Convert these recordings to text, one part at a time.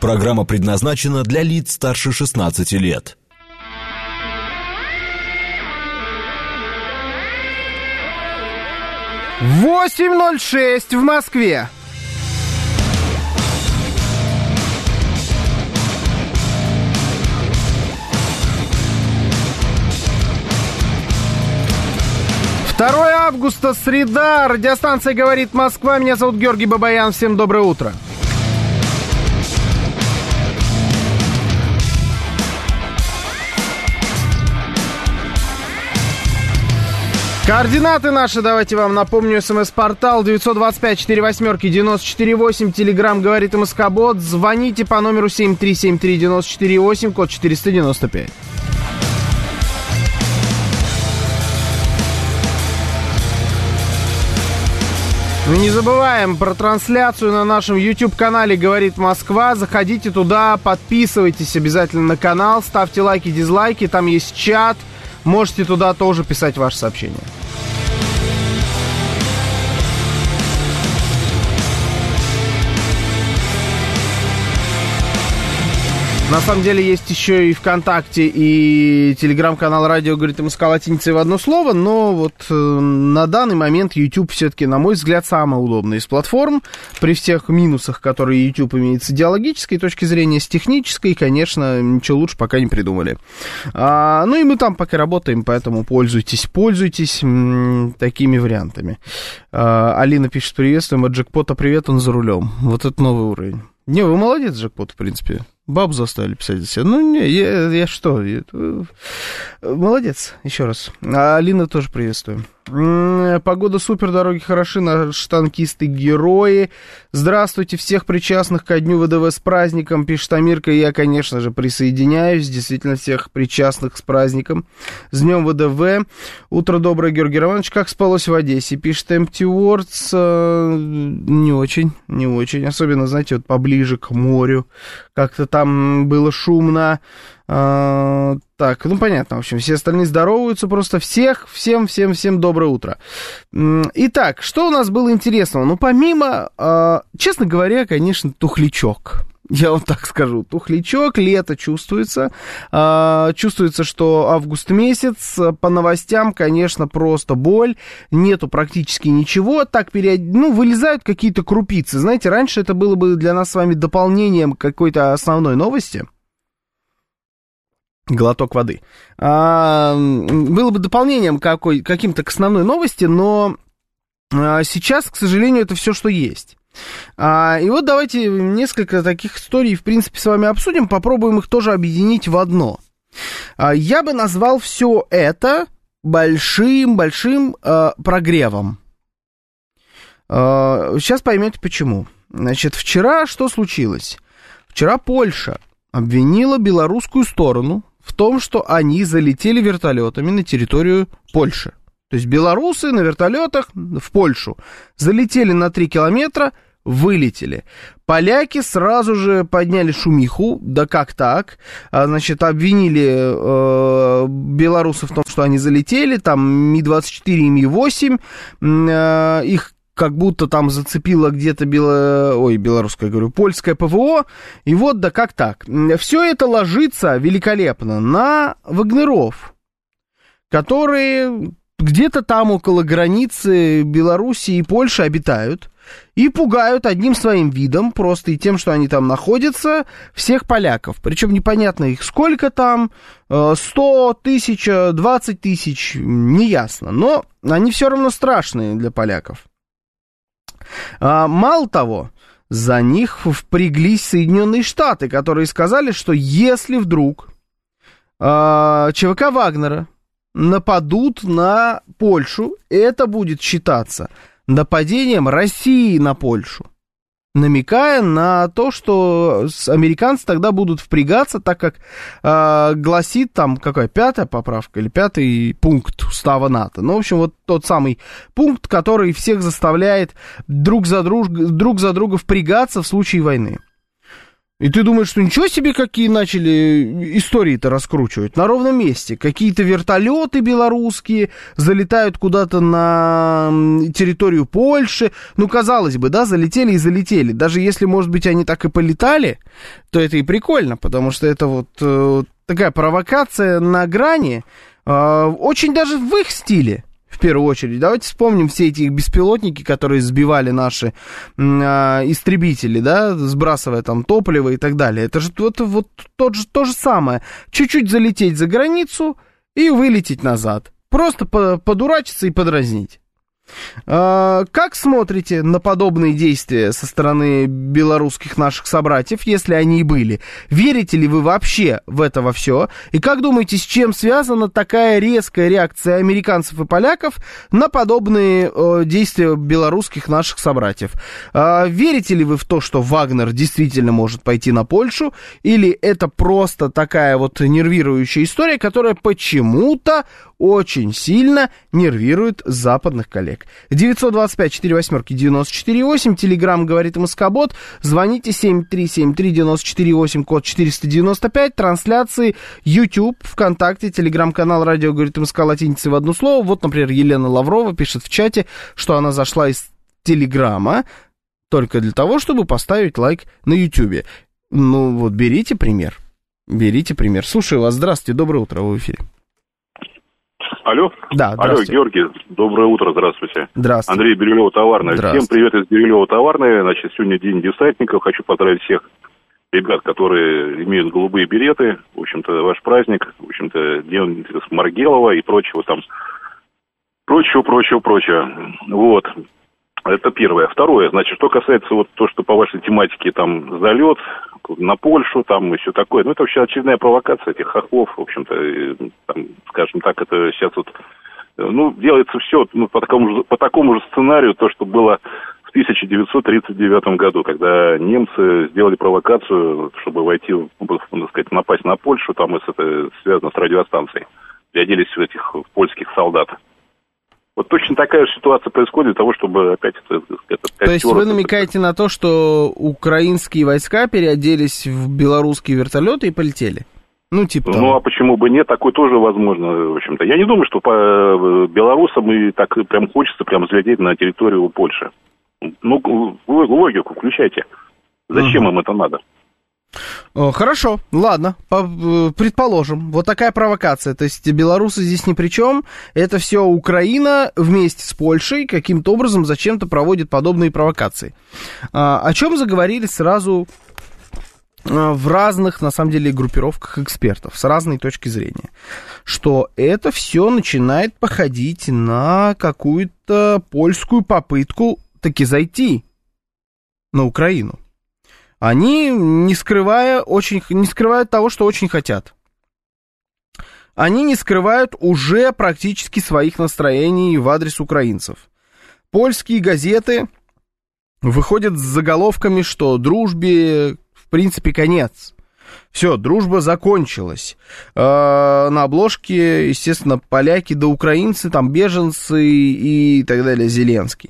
Программа предназначена для лиц старше 16 лет. 8:06 в Москве. Августа, среда. Радиостанция «Говорит Москва». Меня зовут Георгий Бабаян. Всем доброе утро. Координаты наши, давайте вам напомню. СМС-портал 925-48-94-8. Телеграм «Говорит МСК-бот». Звоните по номеру 7373948, код 495. Не забываем про трансляцию на нашем YouTube-канале «Говорит Москва». Заходите туда, подписывайтесь обязательно на канал, ставьте лайки, дизлайки, там есть чат. Можете туда тоже писать ваши сообщения. На самом деле есть еще и ВКонтакте, и телеграм-канал «Радио говорит МСК» латиницей в одно слово, но вот на данный момент YouTube все-таки, на мой взгляд, самая удобная из платформ, при всех минусах, которые YouTube имеет с идеологической точки зрения, с технической, конечно, ничего лучше пока не придумали. Ну и мы там пока работаем, поэтому пользуйтесь такими вариантами. Алина пишет: приветствуем, от джекпота привет, он за рулем. Вот это новый уровень. Не, вы молодец, джекпот, в принципе. Бабу заставили писать за себя. Ну, не, я что? Молодец, еще раз. А Алина тоже приветствую. Погода супер, дороги хороши, наши танкисты герои. Здравствуйте, всех причастных ко дню ВДВ с праздником, пишет Амирка. И я, конечно же, присоединяюсь. Действительно, всех причастных с праздником. С днем ВДВ. Утро доброе, Георгий Романович. Как спалось в Одессе? Пишет Empty Words. Не очень. Особенно, знаете, вот поближе к морю. Как-то там было шумно. Так, ну понятно, в общем, все остальные здороваются, просто всем доброе утро. Итак, что у нас было интересного? Ну, помимо, честно говоря, конечно, тухлячок. Я вам так скажу, тухлячок, лето чувствуется. Чувствуется, что август месяц. По новостям, конечно, просто боль. Нету практически ничего. Так вылезают какие-то крупицы. Знаете, раньше это было бы для нас с вами дополнением какой-то основной новости. Глоток воды. Было бы дополнением каким-то к основной новости, но сейчас, к сожалению, это все, что есть. И вот давайте несколько таких историй, в принципе, с вами обсудим, попробуем их тоже объединить в одно. Я бы назвал все это большим прогревом. Сейчас поймете почему. Значит, вчера что случилось? Вчера Польша обвинила белорусскую сторону в том, что они залетели вертолетами на территорию Польши. То есть белорусы на вертолетах в Польшу залетели на 3 километра, вылетели. Поляки сразу же подняли шумиху, да как так? Значит, обвинили белорусов в том, что они залетели, там Ми-24 и Ми-8, их как будто там зацепило где-то польское ПВО, и вот да как так. Все это ложится великолепно на вагнеров, которые где-то там около границы Белоруссии и Польши обитают и пугают одним своим видом, просто и тем, что они там находятся, всех поляков. Причем непонятно их сколько там, 100 тысяч, 20 тысяч, неясно, но они все равно страшные для поляков. Мало того, за них впряглись Соединенные Штаты, которые сказали, что если вдруг ЧВК Вагнера нападут на Польшу, это будет считаться нападением России на Польшу, намекая на то, что американцы тогда будут впрягаться, так как гласит там, какая, 5-я поправка или 5-й пункт устава НАТО. Ну, в общем, вот тот самый пункт, который всех заставляет друг за друга впрягаться в случае войны. И ты думаешь, что ничего себе, какие начали истории-то раскручивать. На ровном месте. Какие-то вертолеты белорусские залетают куда-то на территорию Польши. Ну, казалось бы, да, залетели и залетели. Даже если, может быть, они так и полетали, то это и прикольно, потому что это вот такая провокация на грани, очень даже в их стиле. В первую очередь, давайте вспомним все эти беспилотники, которые сбивали наши истребители, да, сбрасывая там топливо и так далее. Это же вот то же самое. Чуть-чуть залететь за границу и вылететь назад. Просто подурачиться и подразнить. Как смотрите на подобные действия со стороны белорусских наших собратьев, если они и были? Верите ли вы вообще в это во все? И как думаете, с чем связана такая резкая реакция американцев и поляков на подобные действия белорусских наших собратьев? Верите ли вы в то, что Вагнер действительно может пойти на Польшу? Или это просто такая вот нервирующая история, которая почему-то очень сильно нервирует западных коллег? 925-48-94-8, телеграмм говорит МСК-бот, звоните 7373-94-8, код 495, трансляции YouTube, ВКонтакте, телеграм-канал радио говорит МСК латиницей в одно слово. Вот, например, Елена Лаврова пишет в чате, что она зашла из телеграмма только для того, чтобы поставить лайк на YouTube. Ну вот, берите пример. Слушаю вас, здравствуйте, доброе утро, вы в эфире. Алло? Да, алло, Георгий, доброе утро, здравствуйте. Здравствуйте. Андрей, Бирюлево-Товарная. Всем привет из Бирюлево-Товарной. Значит, сегодня день десантников. Хочу поздравить всех ребят, которые имеют голубые береты. В общем-то, ваш праздник. В общем-то, день Маргелова и прочего там. Прочего. Вот. Это первое. Второе, значит, что касается вот то, что по вашей тематике там залет на Польшу, там и все такое. Ну, это вообще очередная провокация этих хохлов, в общем-то, там, скажем так, это сейчас вот, ну, делается все по такому же сценарию, то, что было в 1939 году, когда немцы сделали провокацию, чтобы войти, так сказать, напасть на Польшу, там это связано с радиостанцией, переоделись в этих польских солдат. Вот точно такая же ситуация происходит для того, чтобы опять... То есть вы намекаете на то, что украинские войска переоделись в белорусские вертолеты и полетели? Ну, типа того. Ну, а почему бы нет? Такое тоже возможно, в общем-то. Я не думаю, что по белорусам и так прям хочется прям взлететь на территорию Польши. Ну, логику включайте. Зачем им это надо? Хорошо, ладно, предположим, вот такая провокация, то есть белорусы здесь ни при чем, это все Украина вместе с Польшей каким-то образом зачем-то проводит подобные провокации. О чем заговорили сразу в разных, на самом деле, группировках экспертов, с разной точки зрения, что это все начинает походить на какую-то польскую попытку таки зайти на Украину. Они, не скрывают того, что очень хотят. Они не скрывают уже практически своих настроений в адрес украинцев. Польские газеты выходят с заголовками, что дружбе, в принципе, конец. Все, дружба закончилась. На обложке, естественно, поляки да украинцы, там беженцы и так далее, Зеленский.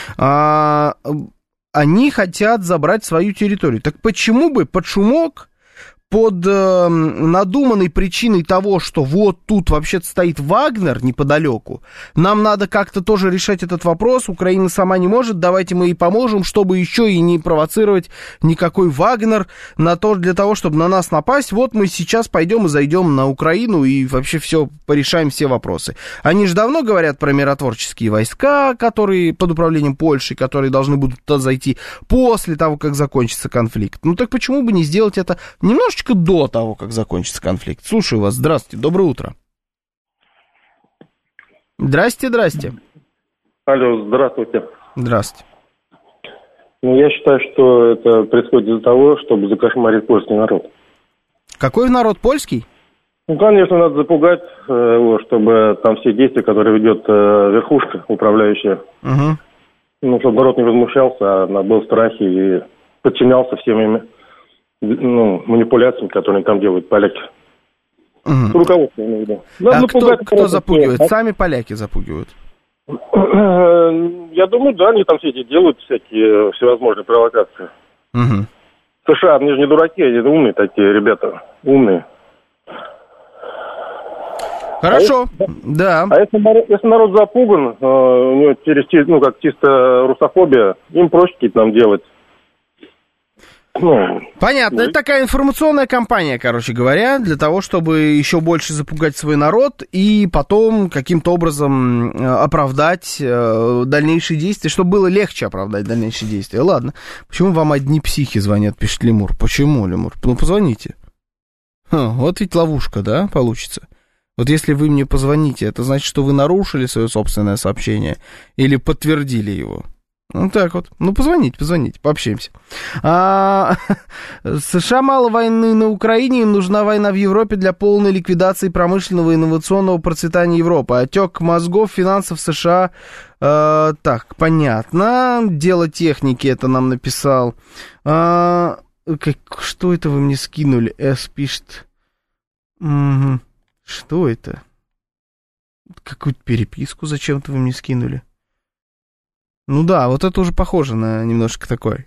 Они хотят забрать свою территорию. Так почему бы под шумок, под надуманной причиной того, что вот тут вообще-то стоит Вагнер неподалеку, нам надо как-то тоже решать этот вопрос, Украина сама не может, давайте мы ей поможем, чтобы еще и не провоцировать никакой Вагнер для того, чтобы на нас напасть, вот мы сейчас пойдем и зайдем на Украину и вообще все порешаем все вопросы. Они же давно говорят про миротворческие войска, которые под управлением Польши, которые должны будут туда зайти после того, как закончится конфликт. Ну так почему бы не сделать это немножечко до того, как закончится конфликт. Слушаю вас. Здравствуйте. Доброе утро. Здрасте. Алло, здравствуйте. Здравствуйте. Ну, я считаю, что это происходит из-за того, чтобы закошмарить польский народ. Какой народ польский? Ну, конечно, надо запугать его, чтобы там все действия, которые ведет верхушка управляющая, ну, чтобы народ не возмущался, а был в страхе и подчинялся всем ими. Манипуляциями, которые там делают поляки. Руководство, я имею в виду. Кто запугивает? Сами поляки запугивают? Я думаю, да, они там все эти делают всякие всевозможные провокации. США, они же не дураки, они умные такие ребята, умные. Хорошо, да. А если народ запуган, у него как чисто русофобия, им проще какие-то нам делать. Понятно, это такая информационная кампания, короче говоря, для того, чтобы еще больше запугать свой народ и потом каким-то образом оправдать дальнейшие действия, чтобы было легче оправдать дальнейшие действия. Ладно, почему вам одни психи звонят, пишет Лемур? Почему, Лемур? Ну, позвоните. Вот ведь ловушка, да, получится? Вот если вы мне позвоните, это значит, что вы нарушили свое собственное сообщение или подтвердили его. Ну, так вот. Ну, позвоните, пообщаемся. США мало войны на Украине, им нужна война в Европе для полной ликвидации промышленного и инновационного процветания Европы. Отек мозгов, финансов США. Так, понятно. Дело техники, это нам написал. Что это вы мне скинули? С пишет. Угу. Что это? Какую-то переписку зачем-то вы мне скинули. Ну да, вот это уже похоже на немножко такой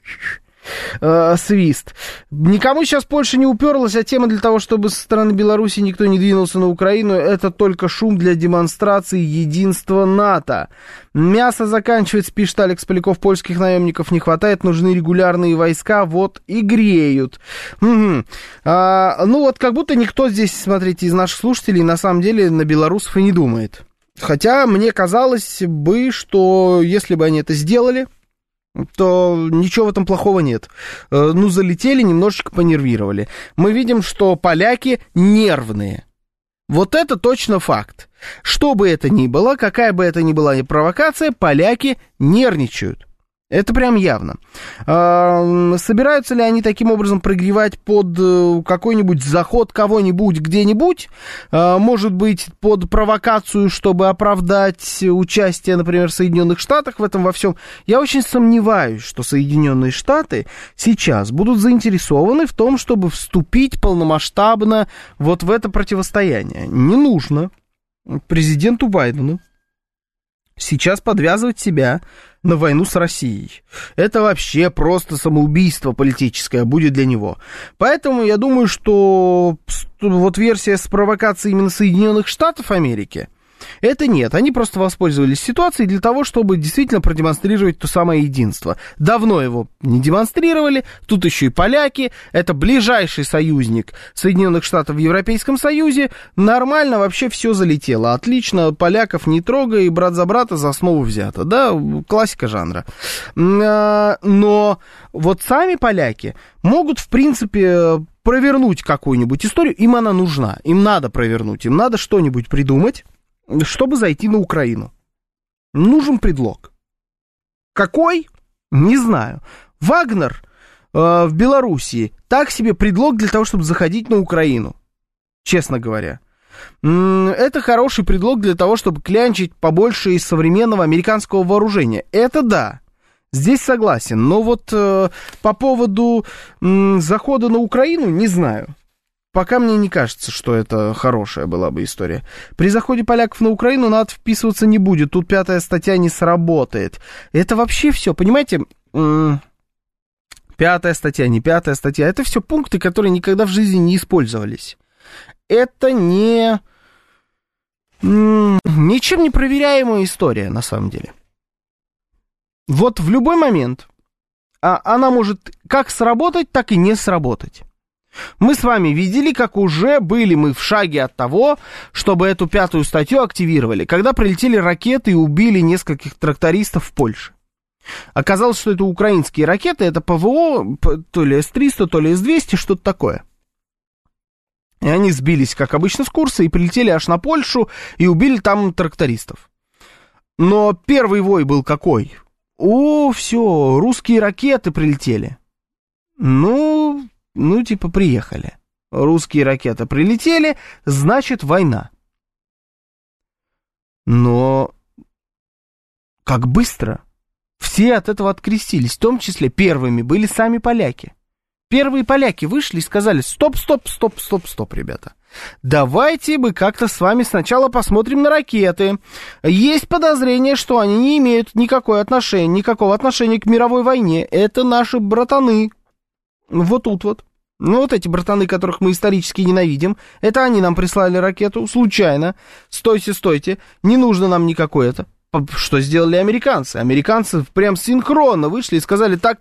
свист. Никому сейчас Польша не уперлась, а тема для того, чтобы со стороны Беларуси никто не двинулся на Украину, это только шум для демонстрации единства НАТО. Мясо заканчивается, пишет Алекс Поляков, польских наемников не хватает, нужны регулярные войска, вот и греют. Ну вот как будто никто здесь, смотрите, из наших слушателей на самом деле на белорусов и не думает. Хотя мне казалось бы, что если бы они это сделали, то ничего в этом плохого нет. Ну, залетели, немножечко понервировали. Мы видим, что поляки нервные. Вот это точно факт. Что бы это ни было, какая бы это ни была провокация, поляки нервничают. Это прям явно. Собираются ли они таким образом прогревать под какой-нибудь заход кого-нибудь где-нибудь? Может быть, под провокацию, чтобы оправдать участие, например, Соединенных Штатов в этом во всем? Я очень сомневаюсь, что Соединенные Штаты сейчас будут заинтересованы в том, чтобы вступить полномасштабно вот в это противостояние. Не нужно президенту Байдену сейчас подвязывать себя на войну с Россией. Это вообще просто самоубийство политическое будет для него. Поэтому я думаю, что вот версия с провокацией именно Соединенных Штатов Америки, это нет. Они просто воспользовались ситуацией для того, чтобы действительно продемонстрировать то самое единство. Давно его не демонстрировали. Тут еще и поляки. Это ближайший союзник Соединенных Штатов в Европейском Союзе. Нормально вообще все залетело. Отлично. Поляков не трогай. Брат за брата за основу взято. Да, классика жанра. Но вот сами поляки могут, в принципе, провернуть какую-нибудь историю. Им она нужна. Им надо провернуть. Им надо что-нибудь придумать, чтобы зайти на Украину. Нужен предлог. Какой? Не знаю. Вагнер в Белоруссии так себе предлог для того, чтобы заходить на Украину. Честно говоря. Это хороший предлог для того, чтобы клянчить побольше из современного американского вооружения. Это да. Здесь согласен. Но вот по поводу захода на Украину не знаю. Пока мне не кажется, что это хорошая была бы история. При заходе поляков на Украину НАТО вписываться не будет. Тут 5-я статья не сработает. Это вообще все, понимаете, 5-я статья, не 5-я статья. Это все пункты, которые никогда в жизни не использовались. Это ничем не проверяемая история, на самом деле. Вот в любой момент она может как сработать, так и не сработать. Мы с вами видели, как уже были мы в шаге от того, чтобы эту 5-ю статью активировали, когда прилетели ракеты и убили нескольких трактористов в Польше. Оказалось, что это украинские ракеты, это ПВО, то ли С-300, то ли С-200, что-то такое. И они сбились, как обычно, с курса и прилетели аж на Польшу и убили там трактористов. Но первый вой был какой? Все, русские ракеты прилетели. Типа, приехали. Русские ракеты прилетели, значит, война. Но как быстро все от этого открестились, в том числе первыми были сами поляки. Первые поляки вышли и сказали: стоп, ребята. Давайте мы как-то с вами сначала посмотрим на ракеты. Есть подозрение, что они не имеют никакого отношения к мировой войне. Это наши братаны. вот тут вот. Ну, вот эти братаны, которых мы исторически ненавидим, это они нам прислали ракету, случайно. Стойте, не нужно нам никакой это. Что сделали американцы? Американцы прям синхронно вышли и сказали, так.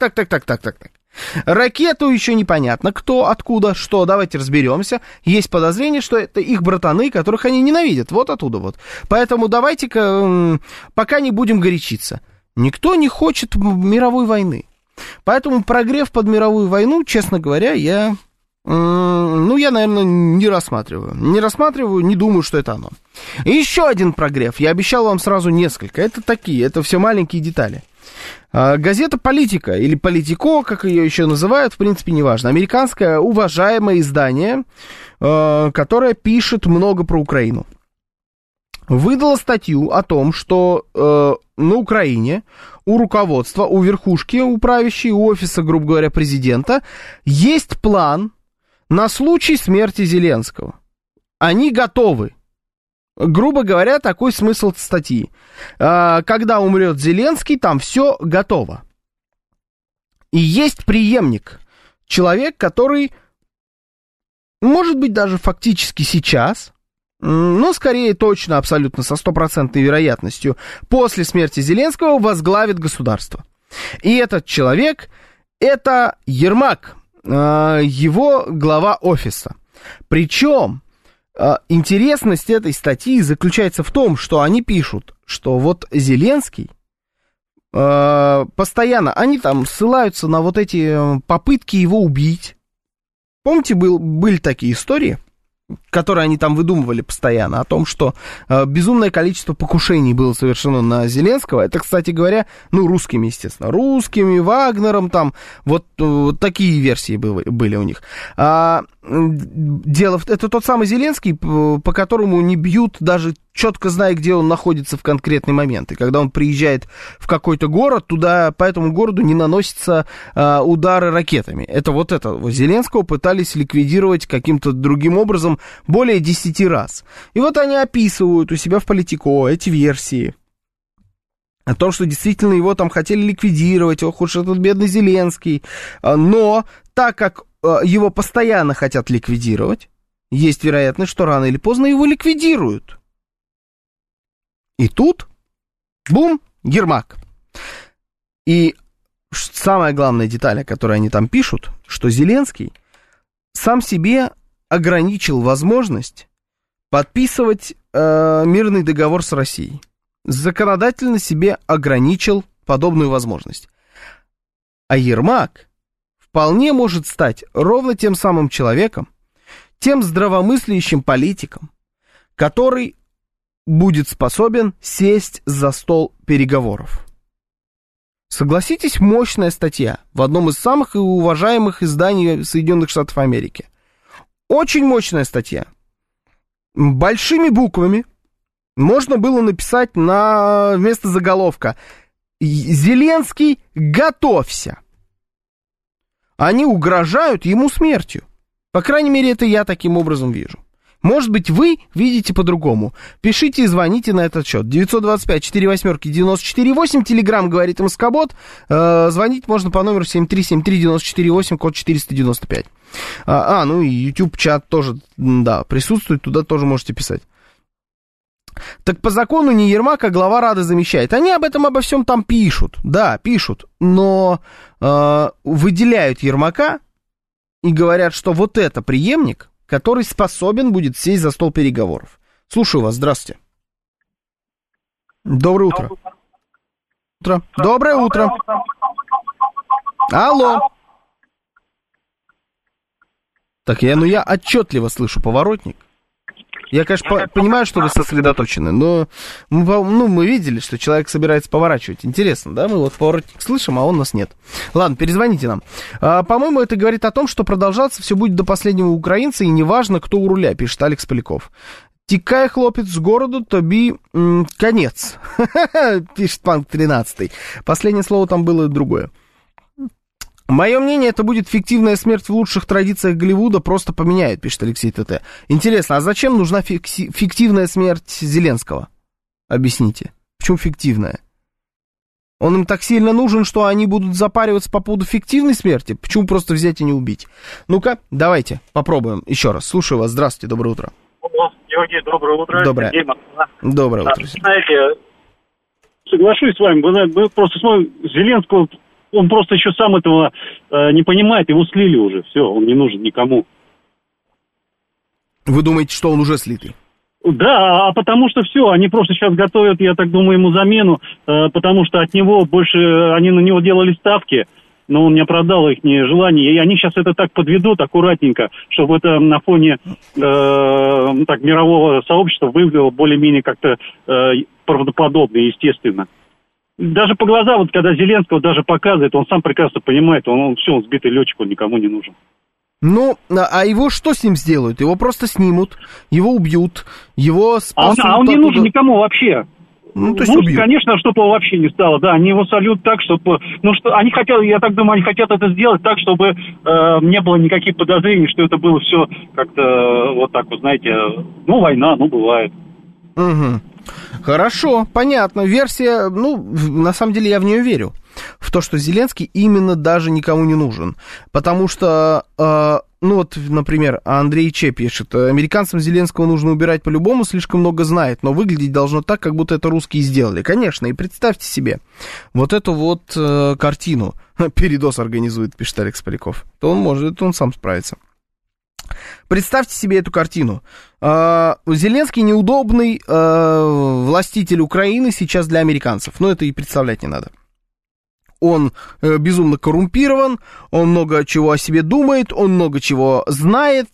Ракету еще непонятно, кто, откуда, что, давайте разберемся. Есть подозрение, что это их братаны, которых они ненавидят, вот оттуда вот. Поэтому давайте-ка пока не будем горячиться. Никто не хочет мировой войны. Поэтому прогрев под мировую войну, честно говоря, я, наверное, не рассматриваю. Не думаю, что это оно. И еще один прогрев. Я обещал вам сразу несколько. Это все маленькие детали. Газета «Политика» или «Политико», как ее еще называют, в принципе, неважно. Американское уважаемое издание, которое пишет много про Украину, выдала статью о том, что на Украине у руководства, у верхушки, у правящей, у офиса, грубо говоря, президента, есть план на случай смерти Зеленского. Они готовы. Грубо говоря, такой смысл статьи. Когда умрет Зеленский, там все готово. И есть преемник. Человек, который, может быть, даже фактически сейчас, но скорее точно, абсолютно, со 100% вероятностью, после смерти Зеленского возглавит государство. И этот человек, это Ермак, его глава офиса. Причем интересность этой статьи заключается в том, что они пишут, что вот Зеленский постоянно, они там ссылаются на вот эти попытки его убить. Помните, были такие истории, которые они там выдумывали постоянно, о том, что безумное количество покушений было совершено на Зеленского. Это, кстати говоря, русскими, естественно. Русскими, Вагнером, там, вот такие версии были у них. Дело это тот самый Зеленский, по которому не бьют, даже четко зная, где он находится в конкретный момент. И когда он приезжает в какой-то город, туда по этому городу не наносятся удары ракетами. Это Зеленского пытались ликвидировать каким-то другим образом более 10 раз. И вот они описывают у себя в Политико эти версии о том, что действительно его там хотели ликвидировать, ох уж этот бедный Зеленский. Но так как его постоянно хотят ликвидировать, есть вероятность, что рано или поздно его ликвидируют. И тут, бум, Ермак. И самая главная деталь, о которой они там пишут, что Зеленский сам себе ограничил возможность подписывать мирный договор с Россией. Законодательно себе ограничил подобную возможность. А Ермак вполне может стать ровно тем самым человеком, тем здравомыслящим политиком, который будет способен сесть за стол переговоров. Согласитесь, мощная статья в одном из самых уважаемых изданий Соединенных Штатов Америки. Очень мощная статья. Большими буквами можно было написать вместо заголовка «Зеленский, готовься». Они угрожают ему смертью. По крайней мере, это я таким образом вижу. Может быть, вы видите по-другому. Пишите и звоните на этот счет. 925-48-94-8. Телеграм говорит МСК-бот. Звонить можно по номеру 7373948, код 495. И YouTube-чат тоже, присутствует. Туда тоже можете писать. Так по закону не Ермак, а глава Рады замещает. Они обо всем там пишут. Да, пишут. Но выделяют Ермака и говорят, что вот это преемник, который способен будет сесть за стол переговоров. Слушаю вас, здравствуйте. Доброе утро. Доброе утро. Алло. Так, я отчетливо слышу поворотник. Я, конечно, понимаю, что вы сосредоточены, но мы видели, что человек собирается поворачивать. Интересно, да? Мы вот поворотник слышим, а он нас нет. Ладно, перезвоните нам. По-моему, это говорит о том, что продолжаться все будет до последнего украинца, и неважно, кто у руля, пишет Алекс Поляков. Тікай, хлопец, с городу, тобі конец, пишет Панк 13. Последнее слово там было другое. Мое мнение, это будет фиктивная смерть в лучших традициях Голливуда, просто поменяет, пишет Алексей ТТ. Интересно, а зачем нужна фиктивная смерть Зеленского? Объясните. Почему фиктивная? Он им так сильно нужен, что они будут запариваться по поводу фиктивной смерти? Почему просто взять и не убить? Ну-ка, давайте попробуем еще раз. Слушаю вас. Здравствуйте, доброе утро. Георгий, доброе утро. Доброе. Доброе утро. Знаете, соглашусь с вами, мы просто смотрим Зеленского, он просто еще сам этого не понимает, его слили уже, все, он не нужен никому. Вы думаете, что он уже слитый? Да, а потому что все, они просто сейчас готовят, я так думаю, ему замену, потому что от него больше, они на него делали ставки, но он не оправдал их желания, и они сейчас это так подведут аккуратненько, чтобы это на фоне так, мирового сообщества выглядело более-менее как-то правдоподобно и естественно. Даже по глазам, вот когда Зеленского даже показывает, он сам прекрасно понимает, он все, он сбитый летчик, он никому не нужен. Ну, а его что с ним сделают? Его просто снимут, его убьют, его спасут. А он не нужен никому вообще. Ну, то есть убьют. Конечно, чтобы его вообще не стало, да, они его сольют так, чтобы, ну, что, они хотят, я так думаю, они хотят это сделать так, чтобы не было никаких подозрений, что это было все как-то вот так вот, знаете, ну, война, ну, бывает. Угу. Хорошо, понятно. Версия, ну, на самом деле я в нее верю. В то, что Зеленский именно даже никому не нужен. Потому что, ну вот, например, Андрей Че пишет, американцам Зеленского нужно убирать по-любому, слишком много знает, но выглядеть должно так, как будто это русские сделали. Конечно, и представьте себе вот эту вот картину. Передоз организует, пишет Алекс Поляков. То он может, он сам справится. Представьте себе эту картину. Зеленский неудобный властитель Украины сейчас для американцев. Но это и представлять не надо. Он безумно коррумпирован, он много чего о себе думает, он много чего знает,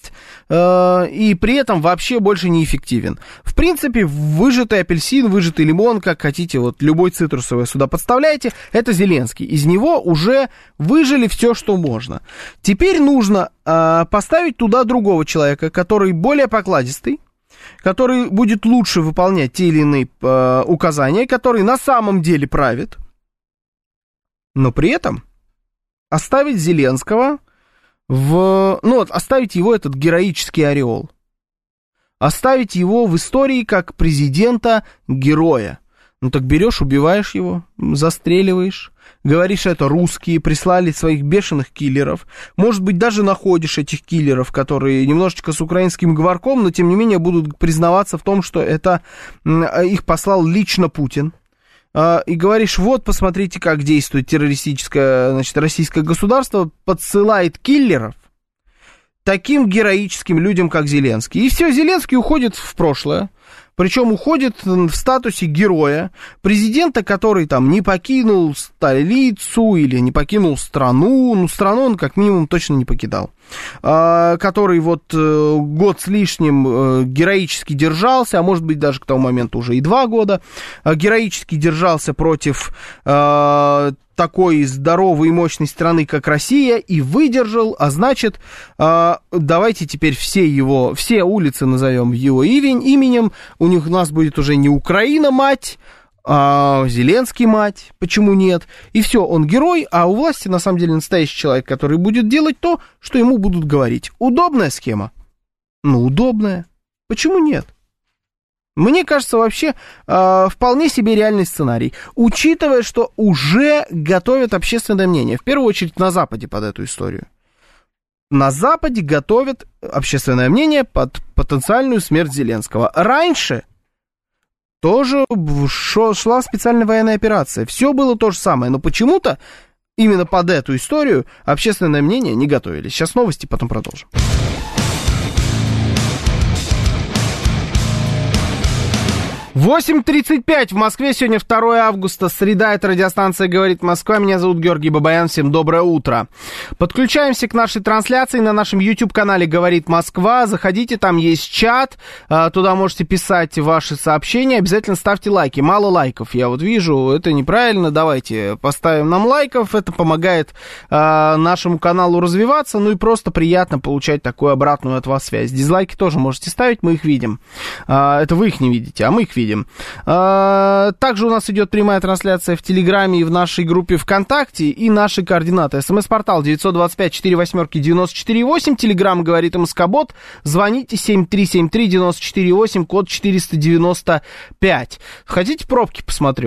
и при этом вообще больше неэффективен. В принципе, выжатый апельсин, выжатый лимон, как хотите, вот любой цитрусовый сюда подставляете, это Зеленский. Из него уже выжали все, что можно. Теперь нужно поставить туда другого человека, который более покладистый, который будет лучше выполнять те или иные указания, который на самом деле правит, но при этом оставить Зеленского оставить его этот героический ореол. Оставить его в истории как президента-героя. Ну так берешь, убиваешь его, застреливаешь, говоришь, это русские, прислали своих бешеных киллеров. Может быть, даже находишь этих киллеров, которые немножечко с украинским говорком, но тем не менее будут признаваться в том, что это их послал лично Путин. И говоришь, вот, посмотрите, как действует террористическое, значит, российское государство, подсылает киллеров таким героическим людям, как Зеленский. И все, Зеленский уходит в прошлое, причем уходит в статусе героя, президента, который там не покинул столицу или не покинул страну, ну, страну он как минимум точно не покидал, который вот год с лишним героически держался, а может быть даже к тому моменту уже и 2 года, героически держался против такой здоровой и мощной страны, как Россия, и выдержал, а значит, давайте теперь все улицы назовем его именем, у нас будет уже не Украина мать, а Зеленский мать, почему нет, и все, он герой, а у власти на самом деле настоящий человек, который будет делать то, что ему будут говорить. Удобная схема? Ну, удобная. Почему нет? Мне кажется, вообще вполне себе реальный сценарий, учитывая, что уже готовят общественное мнение, в первую очередь на Западе под эту историю. На Западе готовят общественное мнение под потенциальную смерть Зеленского. Раньше тоже шла специальная военная операция, все было то же самое, но почему-то именно под эту историю общественное мнение не готовили. Сейчас новости, потом продолжим. 8:35 в Москве, сегодня 2 августа, среда, это радиостанция «Говорит Москва», меня зовут Георгий Бабаян, всем доброе утро. Подключаемся к нашей трансляции на нашем YouTube-канале «Говорит Москва», заходите, там есть чат, туда можете писать ваши сообщения, обязательно ставьте лайки, мало лайков, я вот вижу, это неправильно, давайте поставим нам лайков, это помогает нашему каналу развиваться, ну и просто приятно получать такую обратную от вас связь. Дизлайки тоже можете ставить, мы их видим, это вы их не видите, а мы их видим. Также у нас идет прямая трансляция в Телеграме и в нашей группе ВКонтакте, и наши координаты. СМС-портал 925-48-94-8, Телеграм «Говорит МСК-бот», звоните 7373-94-8, код 495. Хотите, пробки посмотрю?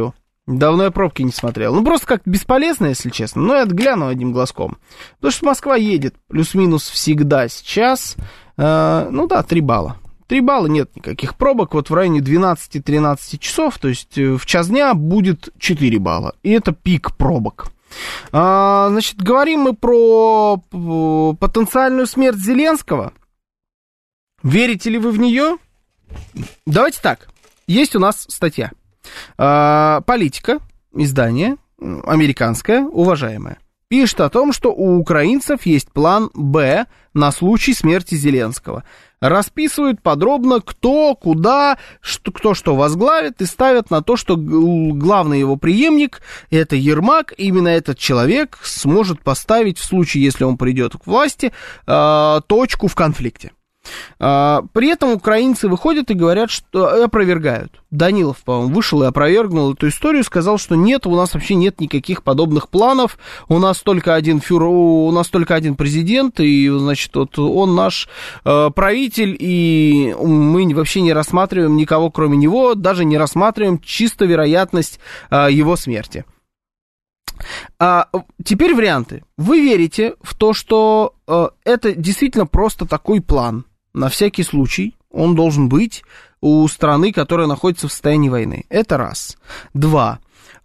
Давно я пробки не смотрел. Ну, просто как бесполезно, если честно. Но я гляну одним глазком. Потому что Москва едет плюс-минус всегда сейчас. 3 балла. 3 балла, нет никаких пробок. Вот в районе 12-13 часов, то есть в час дня будет 4 балла. И это пик пробок. Значит, говорим мы про потенциальную смерть Зеленского. Верите ли вы в нее? Давайте так. Есть у нас статья. Политика, издание, американское, уважаемое, пишет о том, что у украинцев есть план «Б» на случай смерти Зеленского. Расписывают подробно, кто, куда, кто что возглавит, и ставят на то, что главный его преемник, это Ермак, именно этот человек сможет поставить, в случае, если он придет к власти, точку в конфликте. При этом украинцы выходят и говорят, что опровергают. Данилов, по-моему, вышел и опровергнул эту историю, сказал, что нет, у нас вообще нет никаких подобных планов, у нас только один президент, и, значит, вот он наш правитель, и мы вообще не рассматриваем никого, кроме него, даже не рассматриваем чисто вероятность его смерти. Теперь варианты. Вы верите в то, что это действительно просто такой план? На всякий случай он должен быть у страны, которая находится в состоянии войны. Это раз. 2.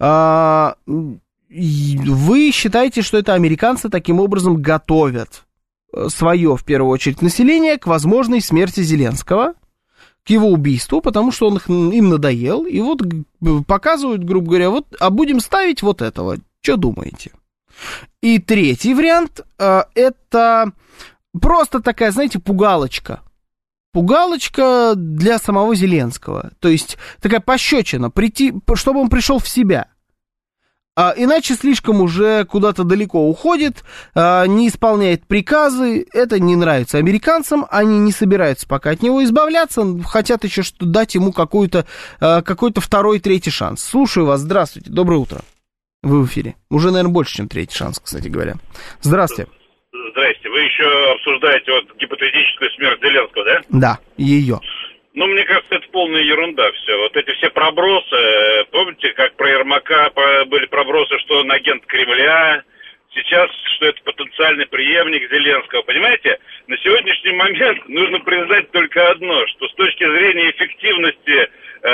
Вы считаете, что это американцы таким образом готовят свое, в первую очередь, население к возможной смерти Зеленского, к его убийству, потому что он им надоел, и вот показывают, грубо говоря, вот, а будем ставить вот этого. Что думаете? И третий вариант, это просто такая, знаете, пугалочка. Пугалочка для самого Зеленского. То есть такая пощечина, чтобы он пришел в себя. Иначе слишком уже куда-то далеко уходит, не исполняет приказы. Это не нравится американцам. Они не собираются пока от него избавляться. Хотят еще дать ему какой-то второй, третий шанс. Слушаю вас. Здравствуйте. Доброе утро. Вы в эфире. Уже, наверное, больше, чем третий шанс, кстати говоря. Здравствуйте. Здрасте. Вы еще обсуждаете вот гипотетическую смерть Зеленского, да? Да, ее. Ну, мне кажется, это полная ерунда все. Вот эти все пробросы, помните, как про Ермака были пробросы, что он агент Кремля, сейчас, что это потенциальный преемник Зеленского. Понимаете, на сегодняшний момент нужно признать только одно, что с точки зрения эффективности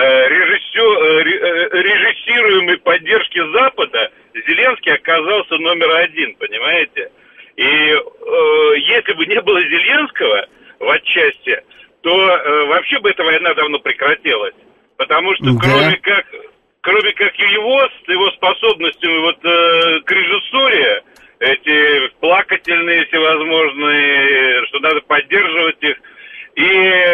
режиссируемой поддержки Запада Зеленский оказался номер один, понимаете? И если бы не было Зеленского в отчасти, то вообще бы эта война давно прекратилась. Потому что кроме как его, с его способностями вот к режиссуре, эти плакательные всевозможные, что надо поддерживать их, и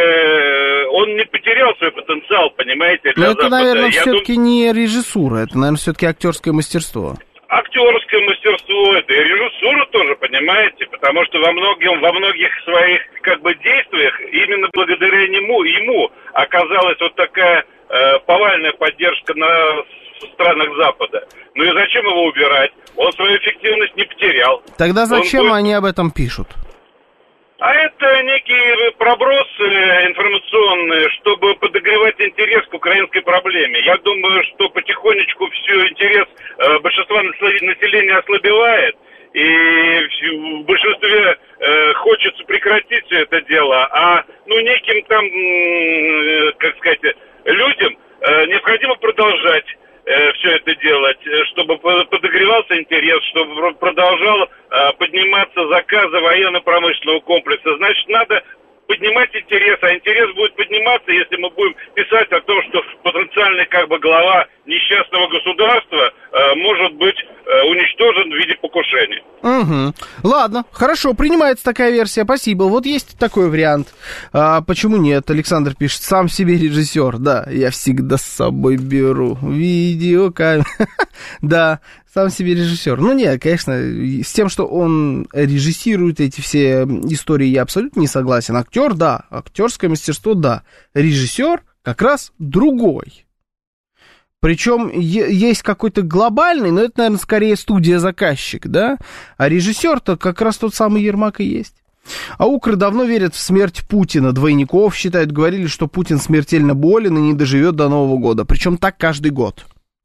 он не потерял свой потенциал, понимаете, для Запада. Это, наверное, все-таки не режиссура, это, наверное, все-таки актерское мастерство. Актерское мастерство, это и режиссура тоже, понимаете, потому что во многих своих как бы действиях именно благодаря ему оказалась вот такая повальная поддержка на странах Запада. Ну и зачем его убирать? Он свою эффективность не потерял. Тогда зачем они об этом пишут? А это некие пробросы информационные, чтобы подогревать интерес к украинской проблеме. Я думаю, что потихонечку все интерес большинства населения ослабевает, и в большинстве хочется прекратить все это дело, а неким там, как сказать, людям необходимо продолжать все это делать, чтобы подогревался интерес, чтобы продолжал подниматься заказы военно-промышленного комплекса. Значит, надо поднимать интерес, а интерес будет подниматься, если мы будем писать о том, что потенциальный как бы глава несчастного государства может быть уничтожен в виде покушения. Угу. Ладно, хорошо, принимается такая версия, спасибо. Вот есть такой вариант. Почему нет? Александр пишет, сам себе режиссер. Да, я всегда с собой беру видеокамеру. Да, сам себе режиссер. Ну нет, конечно, с тем, что он режиссирует эти все истории, я абсолютно не согласен. Актер, да, актерское мастерство, да. Режиссер как раз другой. Причем есть какой-то глобальный, но это, наверное, скорее студия-заказчик, да? А режиссер-то как раз тот самый Ермак и есть. А укры давно верят в смерть Путина. Двойников считают, говорили, что Путин смертельно болен и не доживет до Нового года. Причем так каждый год.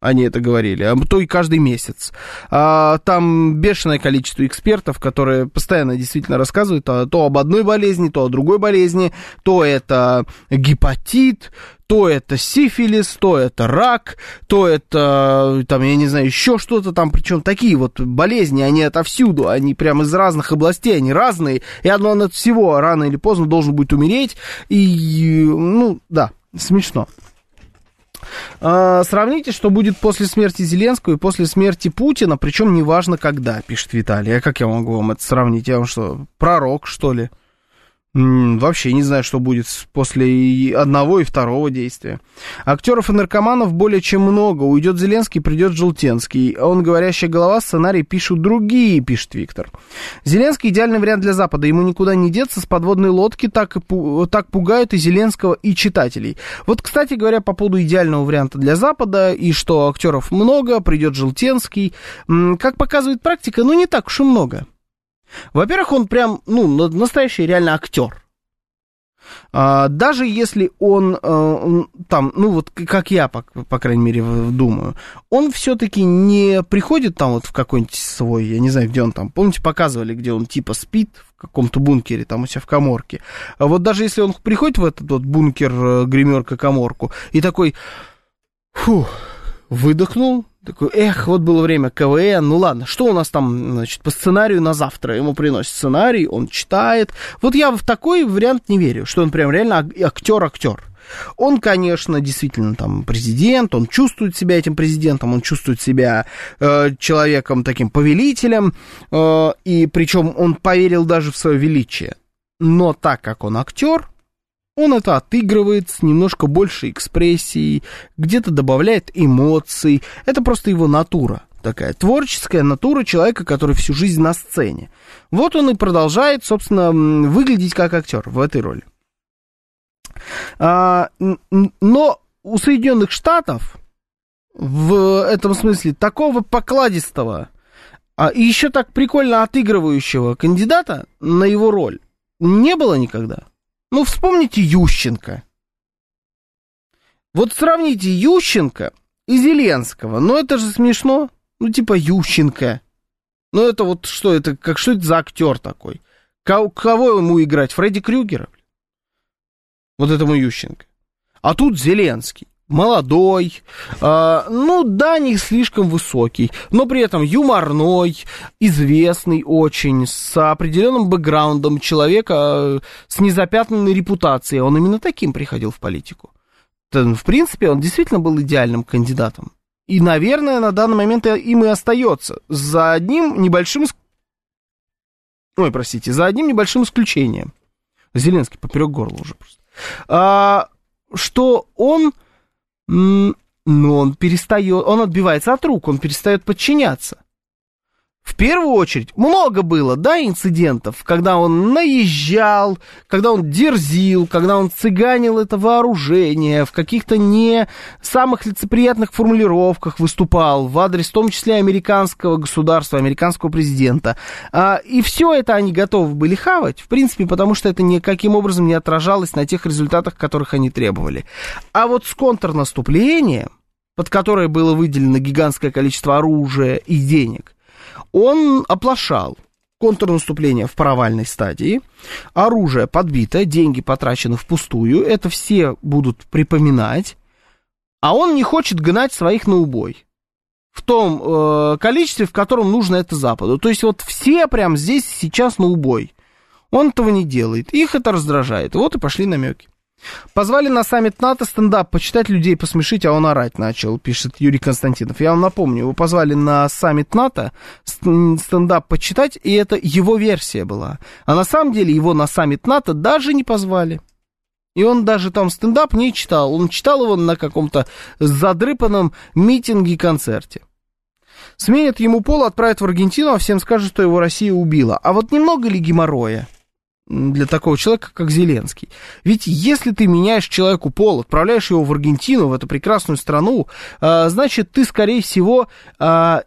они это говорили, а то и каждый месяц. Там бешеное количество экспертов, которые постоянно действительно рассказывают то об одной болезни, то о другой болезни, то это гепатит, то это сифилис, то это рак, то это, там, я не знаю, еще что-то там, причем такие вот болезни, они отовсюду, они прямо из разных областей, они разные, и одно от всего рано или поздно должен будет умереть, и, ну, да, смешно. Сравните, что будет после смерти Зеленского и после смерти Путина, причем неважно когда, пишет Виталий. А как я могу вам это сравнить? Я вам что, пророк, что ли? Вообще не знаю, что будет после одного и второго действия. Актеров и наркоманов более чем много. Уйдет Зеленский, придет Желтенский. Он говорящая голова, сценарий пишут другие, пишет Виктор. Зеленский идеальный вариант для Запада. Ему никуда не деться. С подводной лодки так пугают и Зеленского, и читателей. Вот, кстати говоря, по поводу идеального варианта для Запада, и что актеров много, придет Желтенский. Как показывает практика, ну не так уж и много. Во-первых, он прям, ну, настоящий реально актер. Даже если он там, ну, вот как я, по крайней мере, думаю, он все-таки не приходит там вот в какой-нибудь свой, я не знаю, где он там, помните, показывали, где он типа спит в каком-то бункере, там у себя в каморке. Вот даже если он приходит в этот вот бункер, гримерка-каморку, и такой, выдохнул, такой, вот было время КВН, ну ладно, что у нас там, значит, по сценарию на завтра? Ему приносит сценарий, он читает. Вот я в такой вариант не верю, что он прям реально актер. Он, конечно, действительно там президент, он чувствует себя этим президентом, он чувствует себя человеком таким повелителем, и причем он поверил даже в свое величие. Но так как он актер, он это отыгрывает с немножко большей экспрессией, где-то добавляет эмоций. Это просто его натура такая, творческая натура человека, который всю жизнь на сцене. Вот он и продолжает, собственно, выглядеть как актер в этой роли. Но у Соединенных Штатов в этом смысле такого покладистого и еще так прикольно отыгрывающего кандидата на его роль не было никогда. Ну, вспомните Ющенко. Вот сравните Ющенко и Зеленского. Ну, это же смешно. Ну, типа Ющенко. Ну, это вот что это? Что это за актер такой? Кого ему играть? Фредди Крюгера? Вот этому Ющенко. А тут Зеленский. Молодой, ну да, не слишком высокий, но при этом юморной, известный очень, с определенным бэкграундом человека, с незапятнанной репутацией. Он именно таким приходил в политику. В принципе, он действительно был идеальным кандидатом. И, наверное, на данный момент им и остается. За одним небольшим исключением. Зеленский поперек горла уже просто. Что он... Но он перестает, он отбивается от рук, он перестает подчиняться. В первую очередь, много было, да, инцидентов, когда он наезжал, когда он дерзил, когда он цыганил это вооружение, в каких-то не самых лицеприятных формулировках выступал в адрес, в том числе, американского государства, американского президента. И все это они готовы были хавать, в принципе, потому что это никаким образом не отражалось на тех результатах, которых они требовали. А вот с контрнаступлением, под которое было выделено гигантское количество оружия и денег, он оплошал. Контрнаступление в провальной стадии, оружие подбито, деньги потрачены впустую, это все будут припоминать, а он не хочет гнать своих на убой в том количестве, в котором нужно это Западу. То есть вот все прямо здесь сейчас на убой. Он этого не делает, их это раздражает. Вот и пошли намеки. Позвали на саммит НАТО стендап почитать, людей посмешить, а он орать начал, пишет Юрий Константинов. Я вам напомню, его позвали на саммит НАТО стендап почитать, и это его версия была. А на самом деле его на саммит НАТО даже не позвали. И он даже там стендап не читал. Он читал его на каком-то задрыпанном митинге-концерте. Сменят ему пол, отправят в Аргентину, а всем скажут, что его Россия убила. А вот немного ли геморроя для такого человека, как Зеленский? Ведь если ты меняешь человеку пол, отправляешь его в Аргентину, в эту прекрасную страну, значит, ты, скорее всего, и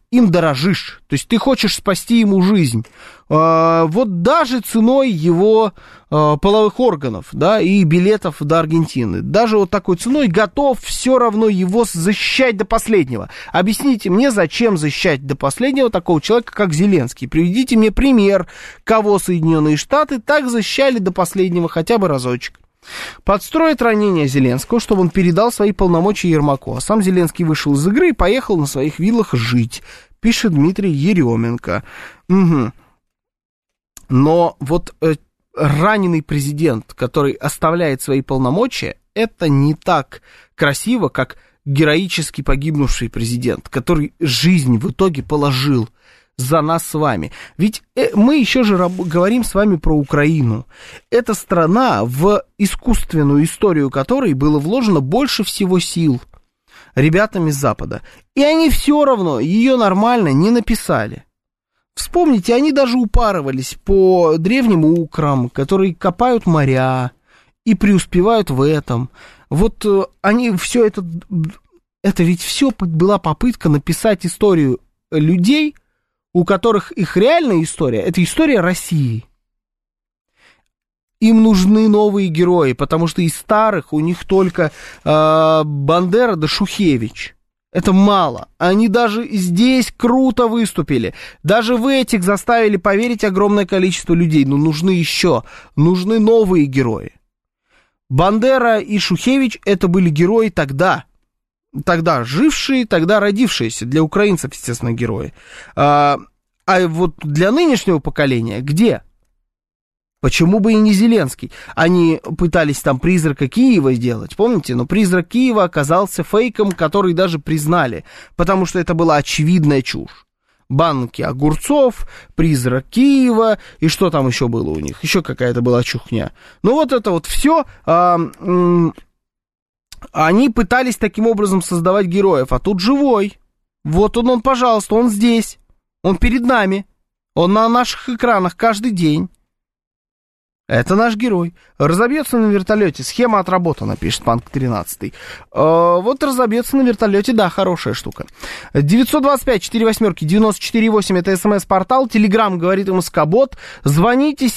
им дорожишь, то есть ты хочешь спасти ему жизнь, вот даже ценой его половых органов, да, и билетов до Аргентины, даже вот такой ценой готов все равно его защищать до последнего. Объясните мне, зачем защищать до последнего такого человека, как Зеленский? Приведите мне пример, кого Соединенные Штаты так защищали до последнего хотя бы разочек. Подстроит ранение Зеленского, чтобы он передал свои полномочия Ермаку. А сам Зеленский вышел из игры и поехал на своих виллах жить, пишет Дмитрий Еременко. Угу. Но вот раненый президент, который оставляет свои полномочия, это не так красиво, как героически погибнувший президент, который жизнь в итоге положил за нас с вами. Ведь мы еще же говорим с вами про Украину. Это страна, в искусственную историю которой было вложено больше всего сил ребятами с Запада. И они все равно ее нормально не написали. Вспомните, они даже упарывались по древним украм, которые копают моря и преуспевают в этом. Вот они все это ведь все была попытка написать историю людей, у которых их реальная история, это история России. Им нужны новые герои, потому что из старых у них только Бандера да Шухевич. Это мало. Они даже здесь круто выступили. Даже в этих заставили поверить огромное количество людей. Но нужны еще. Нужны новые герои. Бандера и Шухевич это были герои тогда. Тогда жившие, тогда родившиеся. Для украинцев, естественно, герои. А вот для нынешнего поколения где? Почему бы и не Зеленский? Они пытались там призрака Киева сделать, помните? Но призрак Киева оказался фейком, который даже признали, потому что это была очевидная чушь. Банки огурцов, призрак Киева, и что там еще было у них? Еще какая-то была чухня. Ну вот это вот все, они пытались таким образом создавать героев, а тут живой. Вот он, пожалуйста, он здесь, он перед нами, он на наших экранах каждый день. Это наш герой. Разобьется на вертолете. Схема отработана, пишет Панк 13. Вот разобьется на вертолете, да, хорошая штука. 925-48-94-8, это смс-портал. Телеграм, говорит МСК-бот. Звоните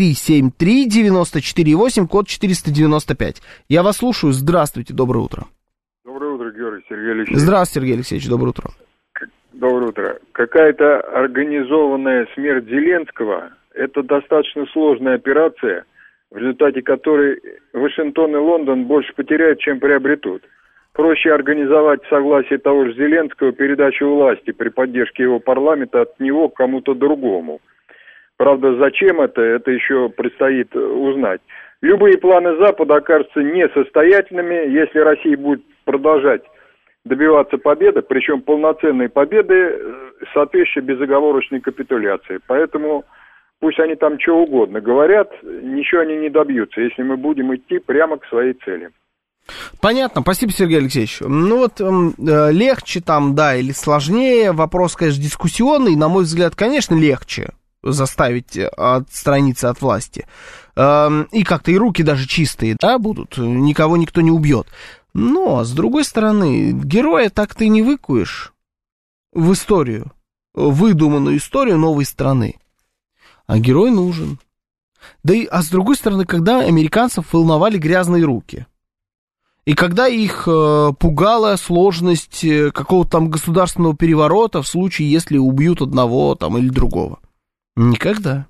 7373-94-8, код 495. Я вас слушаю. Здравствуйте, доброе утро. Доброе утро, Георгий, Сергей Алексеевич. Здравствуйте, Сергей Алексеевич, доброе утро. Доброе утро. Какая-то организованная смерть Зеленского... Это достаточно сложная операция, в результате которой Вашингтон и Лондон больше потеряют, чем приобретут. Проще организовать согласие того же Зеленского, передачу власти при поддержке его парламента от него к кому-то другому. Правда, зачем это еще предстоит узнать. Любые планы Запада окажутся несостоятельными, если Россия будет продолжать добиваться победы, причем полноценной победы, соответствующей безоговорочной капитуляции. Поэтому... Пусть они там что угодно говорят, ничего они не добьются, если мы будем идти прямо к своей цели. Понятно, спасибо, Сергей Алексеевич. Ну вот легче там, да, или сложнее, вопрос, конечно, дискуссионный. На мой взгляд, конечно, легче заставить отстраниться от власти. И как-то и руки даже чистые, да, будут, никого никто не убьет. Но, с другой стороны, героя так ты не выкуешь в историю, выдуманную историю новой страны. А герой нужен. Да и, с другой стороны, когда американцев волновали грязные руки, и когда их пугала сложность какого-то там государственного переворота в случае, если убьют одного там или другого. Никогда.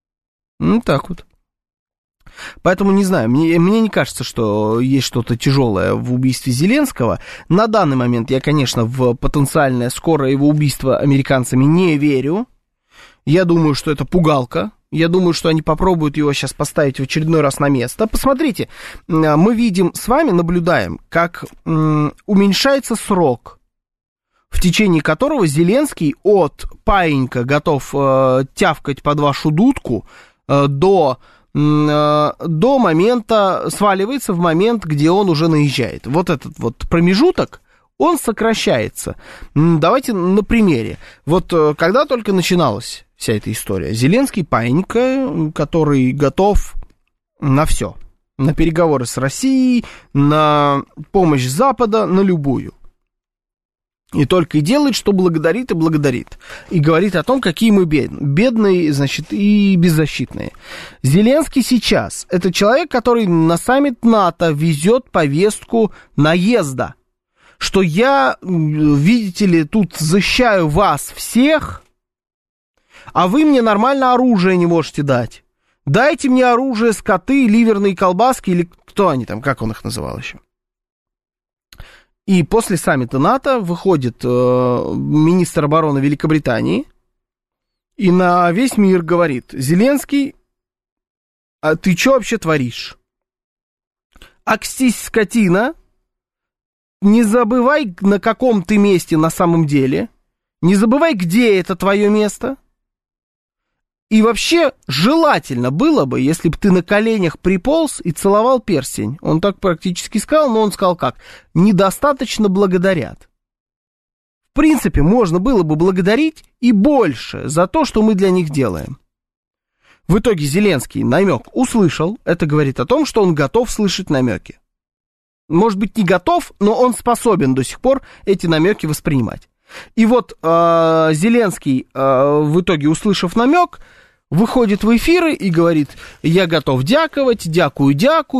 Ну, так вот. Поэтому, не знаю, мне не кажется, что есть что-то тяжелое в убийстве Зеленского. На данный момент я, конечно, в потенциальное скорое его убийство американцами не верю. Я думаю, что это пугалка. Я думаю, что они попробуют его сейчас поставить в очередной раз на место. Посмотрите, мы видим с вами, наблюдаем, как уменьшается срок, в течение которого Зеленский от паинька готов тявкать под вашу дудку до момента, сваливается в момент, где он уже наезжает. Вот этот вот промежуток, он сокращается. Давайте на примере. Вот когда только начиналась вся эта история, Зеленский паинька, который готов на все. На переговоры с Россией, на помощь Запада, на любую. И только и делает, что благодарит и благодарит. И говорит о том, какие мы бедные, значит, и беззащитные. Зеленский сейчас — это человек, который на саммит НАТО везет повестку наезда. Что я, видите ли, тут защищаю вас всех, а вы мне нормально оружие не можете дать. Дайте мне оружие, скоты, ливерные колбаски, или кто они там, как он их называл еще. И после саммита НАТО выходит министр обороны Великобритании и на весь мир говорит: Зеленский, а ты что вообще творишь? Акстись, скотина, не забывай, на каком ты месте на самом деле, не забывай, где это твое место. И вообще желательно было бы, если бы ты на коленях приполз и целовал перстень. Он так практически сказал, но он сказал как? Недостаточно благодарят. В принципе, можно было бы благодарить и больше за то, что мы для них делаем. В итоге Зеленский намек услышал. Это говорит о том, что он готов слышать намеки. Может быть, не готов, но он способен до сих пор эти намеки воспринимать. И вот Зеленский, в итоге, услышав намек, выходит в эфиры и говорит: я готов дяковать, дякую.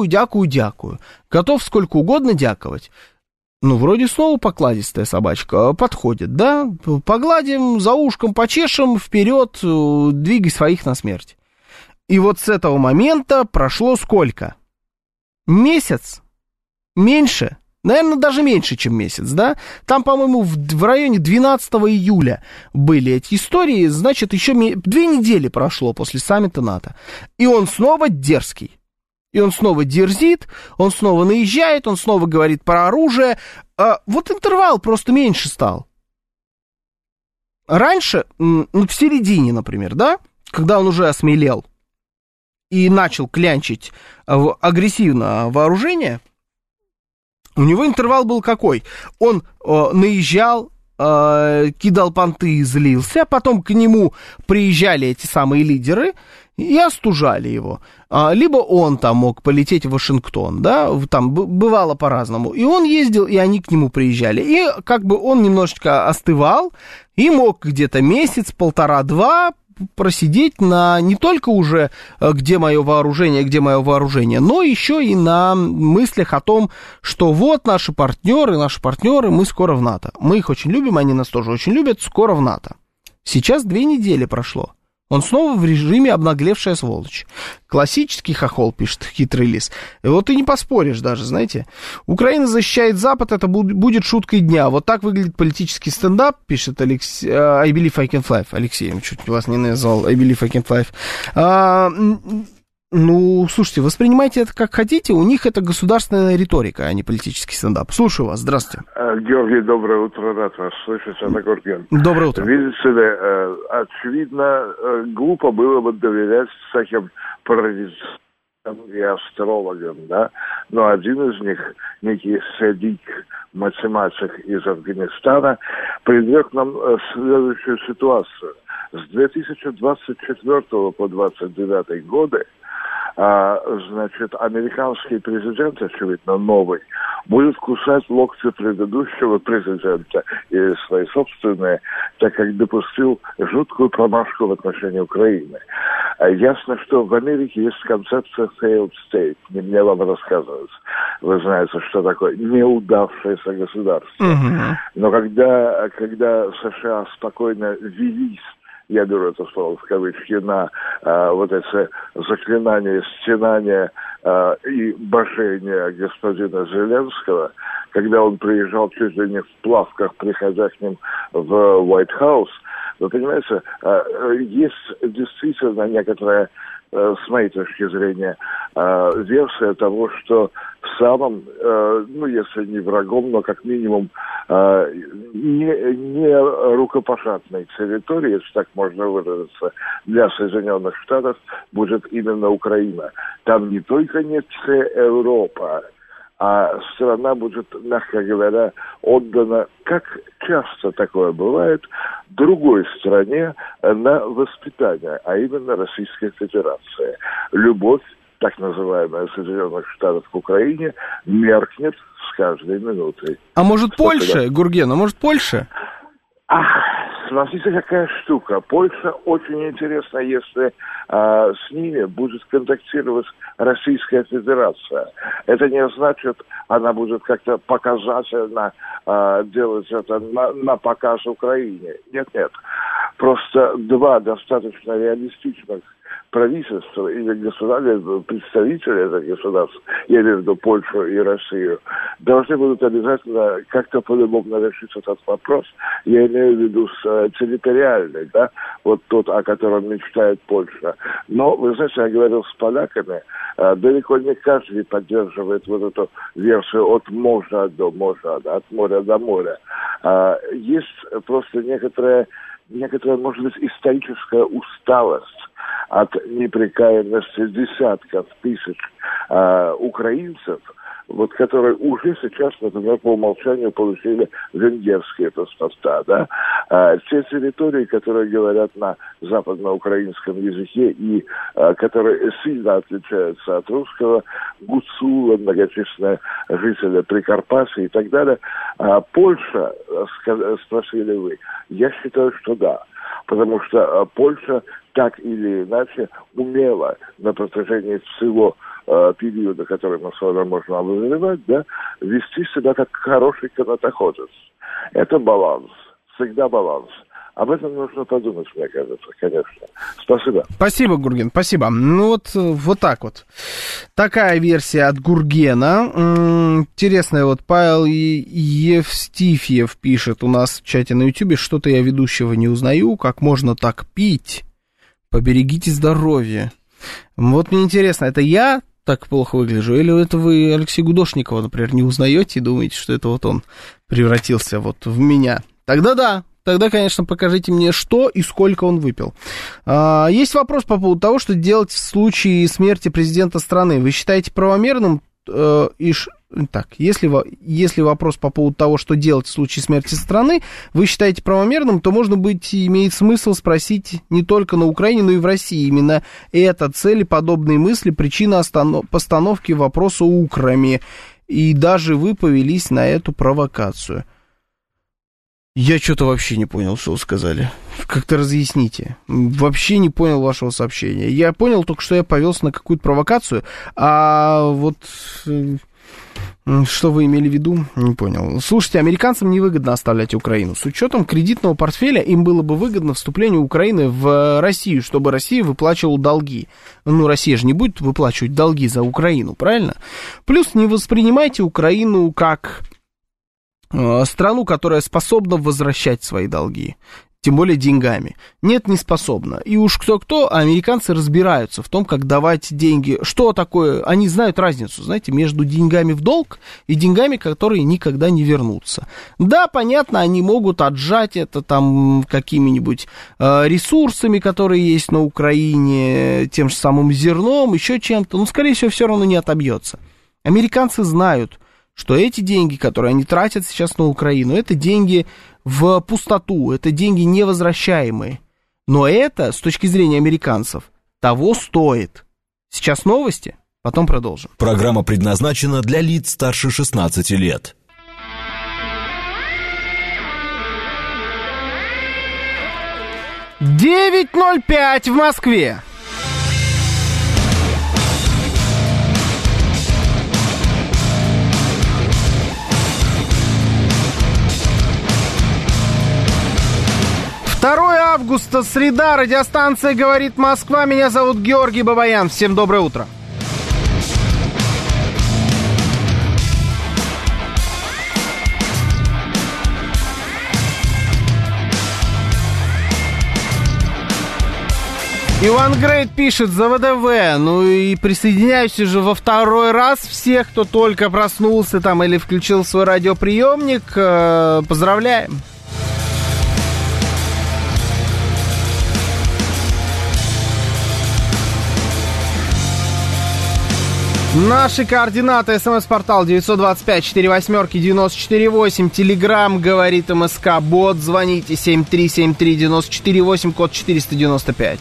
Готов сколько угодно дяковать. Ну, вроде снова покладистая собачка. Подходит, да? Погладим, за ушком почешем, вперед, двигай своих на смерть. И вот с этого момента прошло сколько? Месяц? Меньше? Наверное, даже меньше, чем месяц, да? Там, по-моему, в районе 12 июля были эти истории. Значит, еще 2 недели прошло после саммита НАТО. И он снова дерзкий. И он снова дерзит, он снова наезжает, он снова говорит про оружие. Вот интервал просто меньше стал. Раньше, в середине, например, да? Когда он уже осмелел и начал клянчить агрессивно вооружение, у него интервал был какой? Он наезжал, кидал понты и злился, потом к нему приезжали эти самые лидеры и остужали его. Либо он там мог полететь в Вашингтон, да, там бывало по-разному. И он ездил, и они к нему приезжали. И как бы он немножечко остывал и мог где-то месяц, 1,5-2 просидеть на не только уже где мое вооружение, но еще и на мыслях о том, что вот наши партнеры, мы скоро в НАТО. Мы их очень любим, они нас тоже очень любят, скоро в НАТО. Сейчас 2 недели прошло. Он снова в режиме обнаглевшая сволочь. Классический хохол, пишет хитрый лис. И вот и не поспоришь даже, знаете. Украина защищает Запад, это будет шуткой дня. Вот так выглядит политический стендап, пишет Алексей. I believe I can fly. Алексей, я чуть вас не назвал. I believe I can fly. Ну, слушайте, воспринимайте это как хотите. У них это государственная риторика, а не политический стендап. Слушаю вас, здравствуйте. Георгий, доброе утро, рад вас слышать, это Гурген. Доброе утро. Видите ли, очевидно, глупо было бы доверять всяким прорицателям и астрологам, да, но один из них, некий Садик, математик из Афганистана, предрек нам следующую ситуацию. С 2024 по 2029 годы значит, американский президент, очевидно, новый, будет кусать локти предыдущего президента и свои собственные, так как допустил жуткую промашку в отношении Украины. Ясно, что в Америке есть концепция failed state. Не мне вам рассказывать. Вы знаете, что такое неудавшееся государство. Но когда США спокойно велись, я беру это слово в кавычки, на вот эти заклинания, стенания и божения господина Зеленского, когда он приезжал чуть ли не в плавках, приходя к ним в White House, вы понимаете, есть действительно некоторая, с моей точки зрения, версия того, что самым, ну, если не врагом, но как минимум не рукопожатной территории, если так можно выразиться, для Соединенных Штатов будет именно Украина. Там не только нет Европа, а страна будет, мягко говоря, отдана, как часто такое бывает, другой стране на воспитание, а именно Российской Федерации. Любовь, так называемая, Соединенных Штатов к Украине меркнет с каждой минутой. А может Польша, Гурген, Польша? Смотрите, какая штука. Польша очень интересна, если с ними будет контактировать Российская Федерация. Это не значит, она будет как-то показательно делать это на показ Украине. Нет. Просто два достаточно реалистичных правительства или представители этих государств, я имею в виду Польшу и Россию, должны будут обязательно как-то по-любому решить этот вопрос. Я имею в виду территориальный, да, вот тот, о котором мечтает Польша. Но, вы знаете, я говорил с поляками, далеко не каждый поддерживает вот эту версию от моря до моря. Есть просто некоторая, может быть, историческая усталость от непрекаянности десятков тысяч украинцев, вот, которые уже сейчас, например, по умолчанию получили венгерские паспорта, да, те территории, которые говорят на западноукраинском языке и которые сильно отличаются от русского, Гуцула, многочисленные жители Прикарпатья и так далее. Польша, спросили вы, я считаю, что да, потому что Польша так или иначе умела на протяжении всего периода, который мы с вами можем обозревать, да, вести себя как хороший канатоходец. Это баланс, всегда баланс. Об этом нужно подумать, мне кажется, конечно. Спасибо. Спасибо, Гурген, спасибо. Ну вот так вот. Такая версия от Гургена. Интересная, вот Павел Евстифьев пишет у нас в чате на Ютубе, что-то я ведущего не узнаю, как можно так пить? Поберегите здоровье. Вот мне интересно, это я так плохо выгляжу, или это вы Алексея Гудошникова, например, не узнаете и думаете, что это вот он превратился вот в меня? Тогда да. Тогда, конечно, покажите мне, что и сколько он выпил. Есть вопрос по поводу того, что делать в случае смерти президента страны. Вы считаете правомерным? Так, если вопрос по поводу того, что делать в случае смерти страны, вы считаете правомерным, то, может быть, имеет смысл спросить не только на Украине, но и в России. Именно это цель и подобные мысли, причина постановки вопроса Украме. И даже вы повелись на эту провокацию. Я что-то вообще не понял, что вы сказали. Как-то разъясните. Вообще не понял вашего сообщения. Я понял только, что я повелся на какую-то провокацию, а вот что вы имели в виду, не понял. Слушайте, американцам невыгодно оставлять Украину. С учетом кредитного портфеля им было бы выгодно вступление Украины в Россию, чтобы Россия выплачивала долги. Ну, Россия же не будет выплачивать долги за Украину, правильно? Плюс не воспринимайте Украину как страну, которая способна возвращать свои долги, тем более деньгами. Нет, не способна. И уж кто-кто, американцы разбираются в том, как давать деньги. Что такое? Они знают разницу, знаете, между деньгами в долг и деньгами, которые никогда не вернутся. Да, понятно, они могут отжать это там какими-нибудь ресурсами, которые есть на Украине, тем же самым зерном, еще чем-то. Но, скорее всего, все равно не отобьется. Американцы знают, что эти деньги, которые они тратят сейчас на Украину, это деньги в пустоту, это деньги невозвращаемые. Но это, с точки зрения американцев, того стоит. Сейчас новости, потом продолжим. Программа предназначена для лиц старше 16 лет. 9:05 в Москве. Августа, среда, радиостанция «Говорит Москва». Меня зовут Георгий Бабаян. Всем доброе утро. Иван Грейт пишет за ВДВ. Ну и присоединяюсь уже во второй раз. Всех, кто только проснулся там или включил свой радиоприемник, поздравляем. Наши координаты. СМС-портал 925-48-94-8. Телеграм «Говорит МСК». Бот. Звоните 7373-94-8, код 495.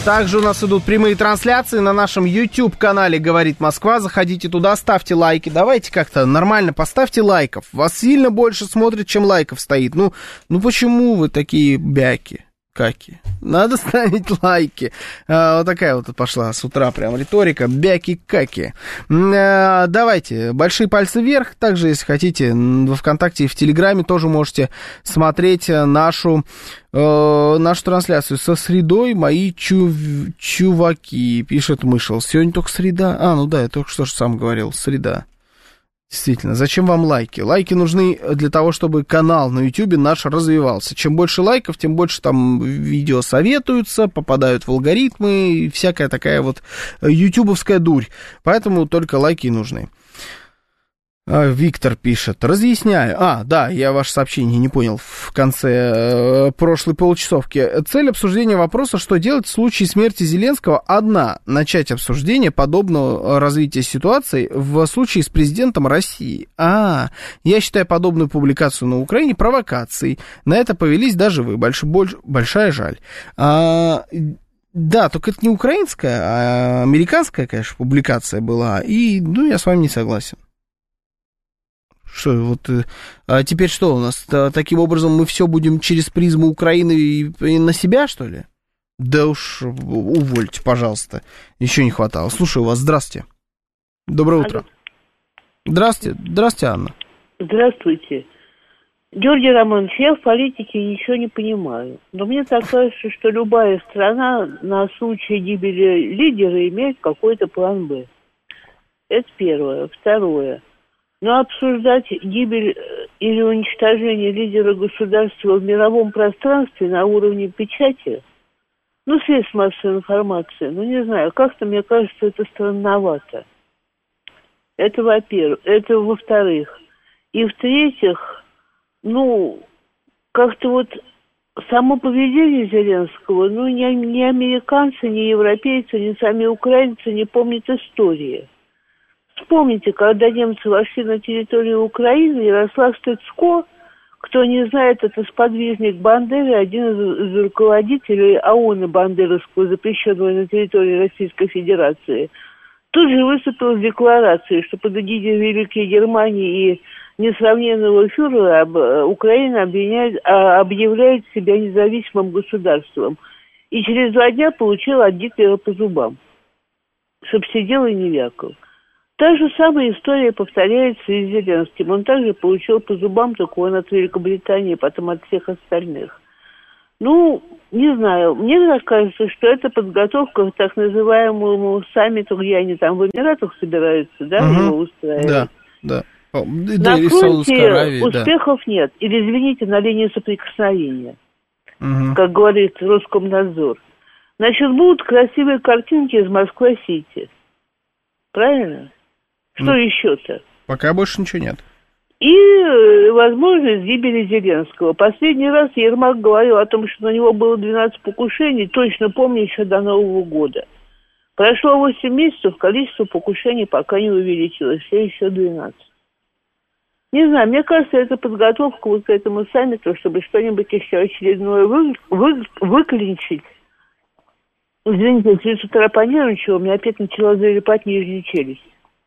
Также у нас идут прямые трансляции на нашем YouTube-канале «Говорит Москва». Заходите туда, ставьте лайки. Давайте как-то нормально поставьте лайков. Вас сильно больше смотрят, чем лайков стоит. Ну почему вы такие бяки? Каки. Надо ставить лайки. Вот такая вот пошла с утра прям риторика. Бяки-каки. Давайте, большие пальцы вверх. Также, если хотите, во ВКонтакте и в Телеграме тоже можете смотреть нашу трансляцию. Со средой мои чуваки, пишет Мышел. Сегодня только среда. Ну да, я только что же сам говорил. Среда. Действительно, зачем вам лайки? Лайки нужны для того, чтобы канал на YouTube наш развивался. Чем больше лайков, тем больше там видео советуются, попадают в алгоритмы и всякая такая вот ютубовская дурь. Поэтому только лайки нужны. Виктор пишет, разъясняю. Да, я ваше сообщение не понял в конце прошлой получасовки. Цель обсуждения вопроса, что делать в случае смерти Зеленского, одна. Начать обсуждение подобного развития ситуации в случае с президентом России. Я считаю подобную публикацию на Украине провокацией. На это повелись даже вы. Большая жаль. Да, только это не украинская, а американская, конечно, публикация была. И, я с вами не согласен. Что, теперь что у нас? Таким образом мы все будем через призму Украины и на себя, что ли? Да уж, увольте, пожалуйста. Еще не хватало. Слушаю вас, здравствуйте. Доброе утро. Здравствуйте, Анна. Здравствуйте. Георгий Романович, я в политике ничего не понимаю. Но мне так кажется, что любая страна на случай гибели лидера имеет какой-то план «Б». Это первое. Второе. Но обсуждать гибель или уничтожение лидера государства в мировом пространстве на уровне печати, средств массовой информации, не знаю, как-то, мне кажется, это странновато. Это во-первых. Это во-вторых. И в-третьих, как-то само поведение Зеленского, ни американцы, ни европейцы, ни сами украинцы не помнят истории. Вспомните, когда немцы вошли на территорию Украины, Ярослав Стыцко, кто не знает, это сподвижник Бандеры, один из руководителей ООН Бандеровского, запрещенного на территории Российской Федерации, тут же выступил с декларацией, что под эгидой Великой Германии и несравненного фюрера Украина объявляет себя независимым государством. И через 2 дня получил от Гитлера по зубам, чтоб сидел и не вякал. Та же самая история повторяется и с Зеленским. Он также получил по зубам, только он от Великобритании, потом от всех остальных. Не знаю. Мне так кажется, что это подготовка к так называемому саммиту, где они там в Эмиратах собираются, его устраивать. Да. На фронте успехов нет. Или, извините, на линии соприкосновения, как говорит Роскомнадзор. Значит, будут красивые картинки из Москвы-Сити. Правильно? Что еще-то? Пока больше ничего нет. И возможность гибели Зеленского. Последний раз Ермак говорил о том, что на него было 12 покушений, точно помню, еще до Нового года. Прошло 8 месяцев, количество покушений пока не увеличилось, все еще 12. Не знаю, мне кажется, это подготовка к этому саммиту, чтобы что-нибудь еще очередное выклинчить. Извините, через утра понервничала, у меня опять начала залипать нижняя челюсть.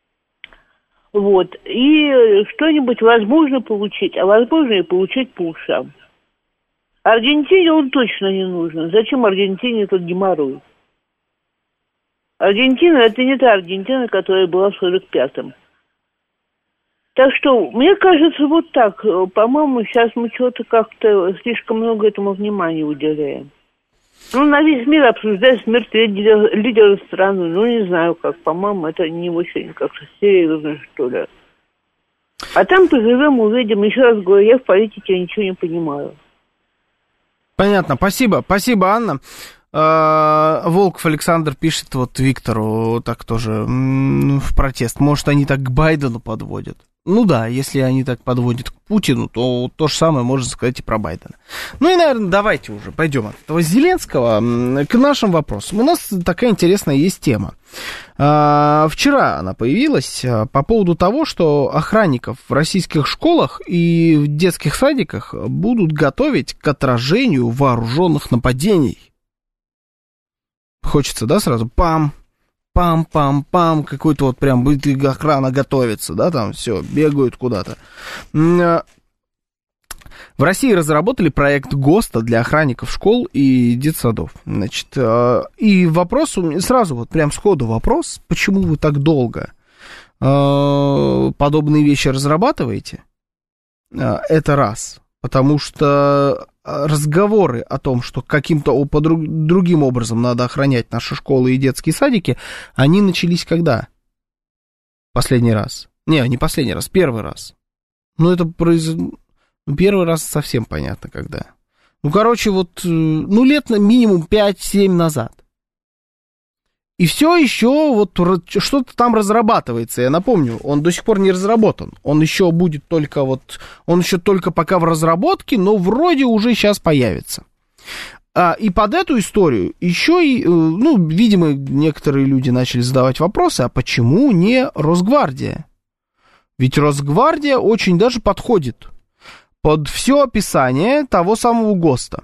И что-нибудь возможно получить, а возможно и получить по ушам. Аргентине он точно не нужен. Зачем Аргентине этот геморрой? Аргентина — это не та Аргентина, которая была в 45-м. Так что, мне кажется, так. По-моему, сейчас мы что-то как-то слишком много этому внимания уделяем. На весь мир обсуждать смерть лидера страны. Не знаю как. По-моему, это не очень как-то серьезно, что ли. А там поживем, увидим. Еще раз говорю, я в политике ничего не понимаю. Понятно. Спасибо, Анна. Волков Александр пишет Виктору так тоже в протест. Может, они так к Байдену подводят. Да, если они так подводят к Путину, то то же самое можно сказать и про Байдена. И, наверное, давайте уже пойдем от этого Зеленского к нашим вопросам. У нас такая интересная есть тема. Вчера она появилась по поводу того, что охранников в российских школах и в детских садиках будут готовить к отражению вооруженных нападений. Хочется, да, сразу пам-пам-пам, какой-то вот прям будет охрана готовится, да, там все, бегают куда-то. В России разработали проект ГОСТа для охранников школ и детсадов. Значит, и вопрос, сразу вот прям сходу вопрос, почему вы так долго подобные вещи разрабатываете? Это раз. Потому что разговоры о том, что каким-то другим образом надо охранять наши школы и детские садики, они начались когда? Последний раз. Не последний раз, первый раз. Ну, это первый раз совсем понятно, когда. Ну, короче, вот, лет минимум 5-7 назад. И все еще вот что-то там разрабатывается. Я напомню, он до сих пор не разработан. Он еще будет только он еще только пока в разработке, но вроде уже сейчас появится. И под эту историю еще и, видимо, некоторые люди начали задавать вопросы, а почему не Росгвардия? Ведь Росгвардия очень даже подходит под все описание того самого ГОСТа.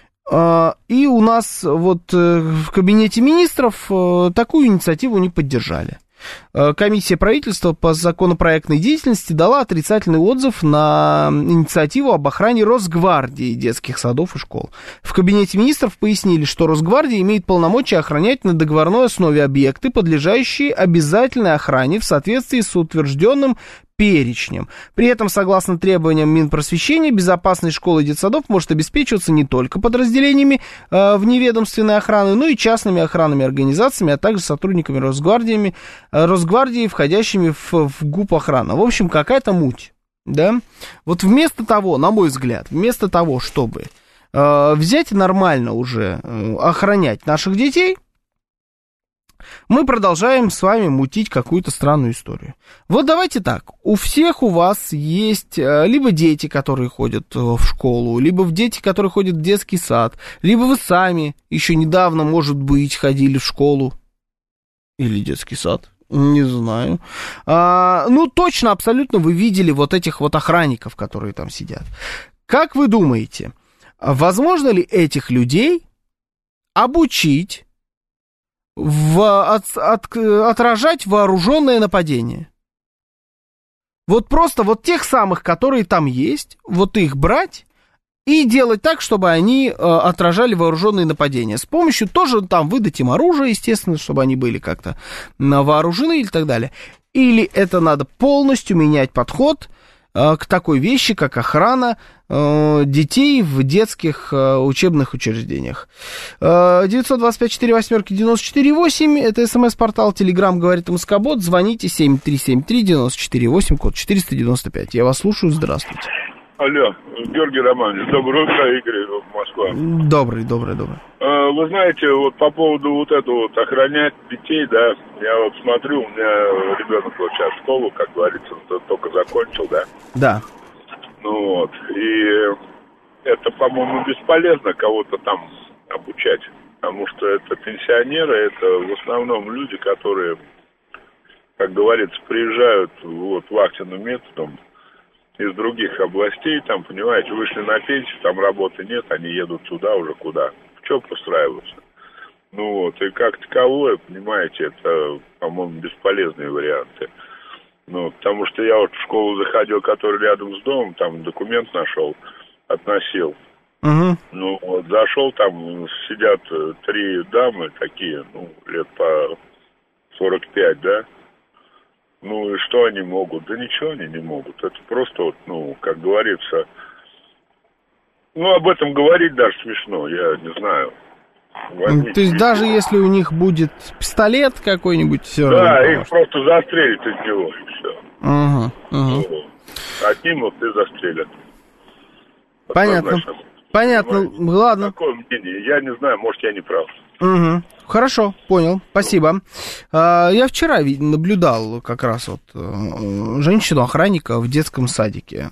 И у нас вот в кабинете министров такую инициативу не поддержали. Комиссия правительства по законопроектной деятельности дала отрицательный отзыв на инициативу об охране Росгвардии детских садов и школ. В кабинете министров пояснили, что Росгвардия имеет полномочия охранять на договорной основе объекты, подлежащие обязательной охране в соответствии с утвержденным перечнем. При этом, согласно требованиям Минпросвещения, безопасность школ и детсадов может обеспечиваться не только подразделениями вневедомственной охраны, но и частными охранными организациями, а также сотрудниками Росгвардии, входящими в ГУП охраны. В общем, какая-то муть. Да? Вот вместо того, на мой взгляд, вместо того, чтобы взять и нормально уже охранять наших детей, мы продолжаем с вами мутить какую-то странную историю. Вот давайте так. У всех у вас есть либо дети, которые ходят в школу, либо дети, которые ходят в детский сад, либо вы сами еще недавно, может быть, ходили в школу или детский сад, не знаю. Точно, абсолютно вы видели вот этих вот охранников, которые там сидят. Как вы думаете, возможно ли этих людей обучить отражать вооруженное нападение? Вот просто вот тех самых, которые там есть, вот их брать и делать так, чтобы они отражали вооруженные нападения. С помощью тоже там выдать им оружие, естественно, чтобы они были как-то вооружены или так далее. Или это надо полностью менять подход к такой вещи, как охрана детей в детских учебных учреждениях. 925-48-94-8, это смс-портал, телеграм говорит МСК-бот, звоните 7373-94-8, код 495. Я вас слушаю, здравствуйте. Алло, Георгий Романович, доброе утро, Игорь, Москва. Добрый. Вы знаете, вот по поводу вот этого вот охранять детей, да, я вот смотрю, у меня ребенок вот сейчас в школу, как говорится, только закончил, да. Да. И это, по-моему, бесполезно кого-то там обучать, потому что это пенсионеры, это в основном люди, которые, как говорится, приезжают вот вахтенным методом из других областей, там, понимаете, вышли на пенсию, там работы нет, они едут туда уже куда, в ЧОП устраиваются. И как таковое, понимаете, это, по-моему, бесполезные варианты. Потому что я вот в школу заходил, которая рядом с домом, там документ нашел, относил. Угу. Зашел, там сидят 3 дамы такие, лет по 45, да. И что они могут? Да ничего они не могут. Это просто как говорится, об этом говорить даже смешно, я не знаю. То есть даже если у них будет пистолет какой-нибудь, все равно. Да, их просто застрелят из него, и все. Угу. Отнимут и застрелят. Понятно, ладно. Такое мнение, я не знаю, может, я не прав. Угу. Хорошо, понял, спасибо. Я вчера наблюдал как раз вот женщину-охранника в детском садике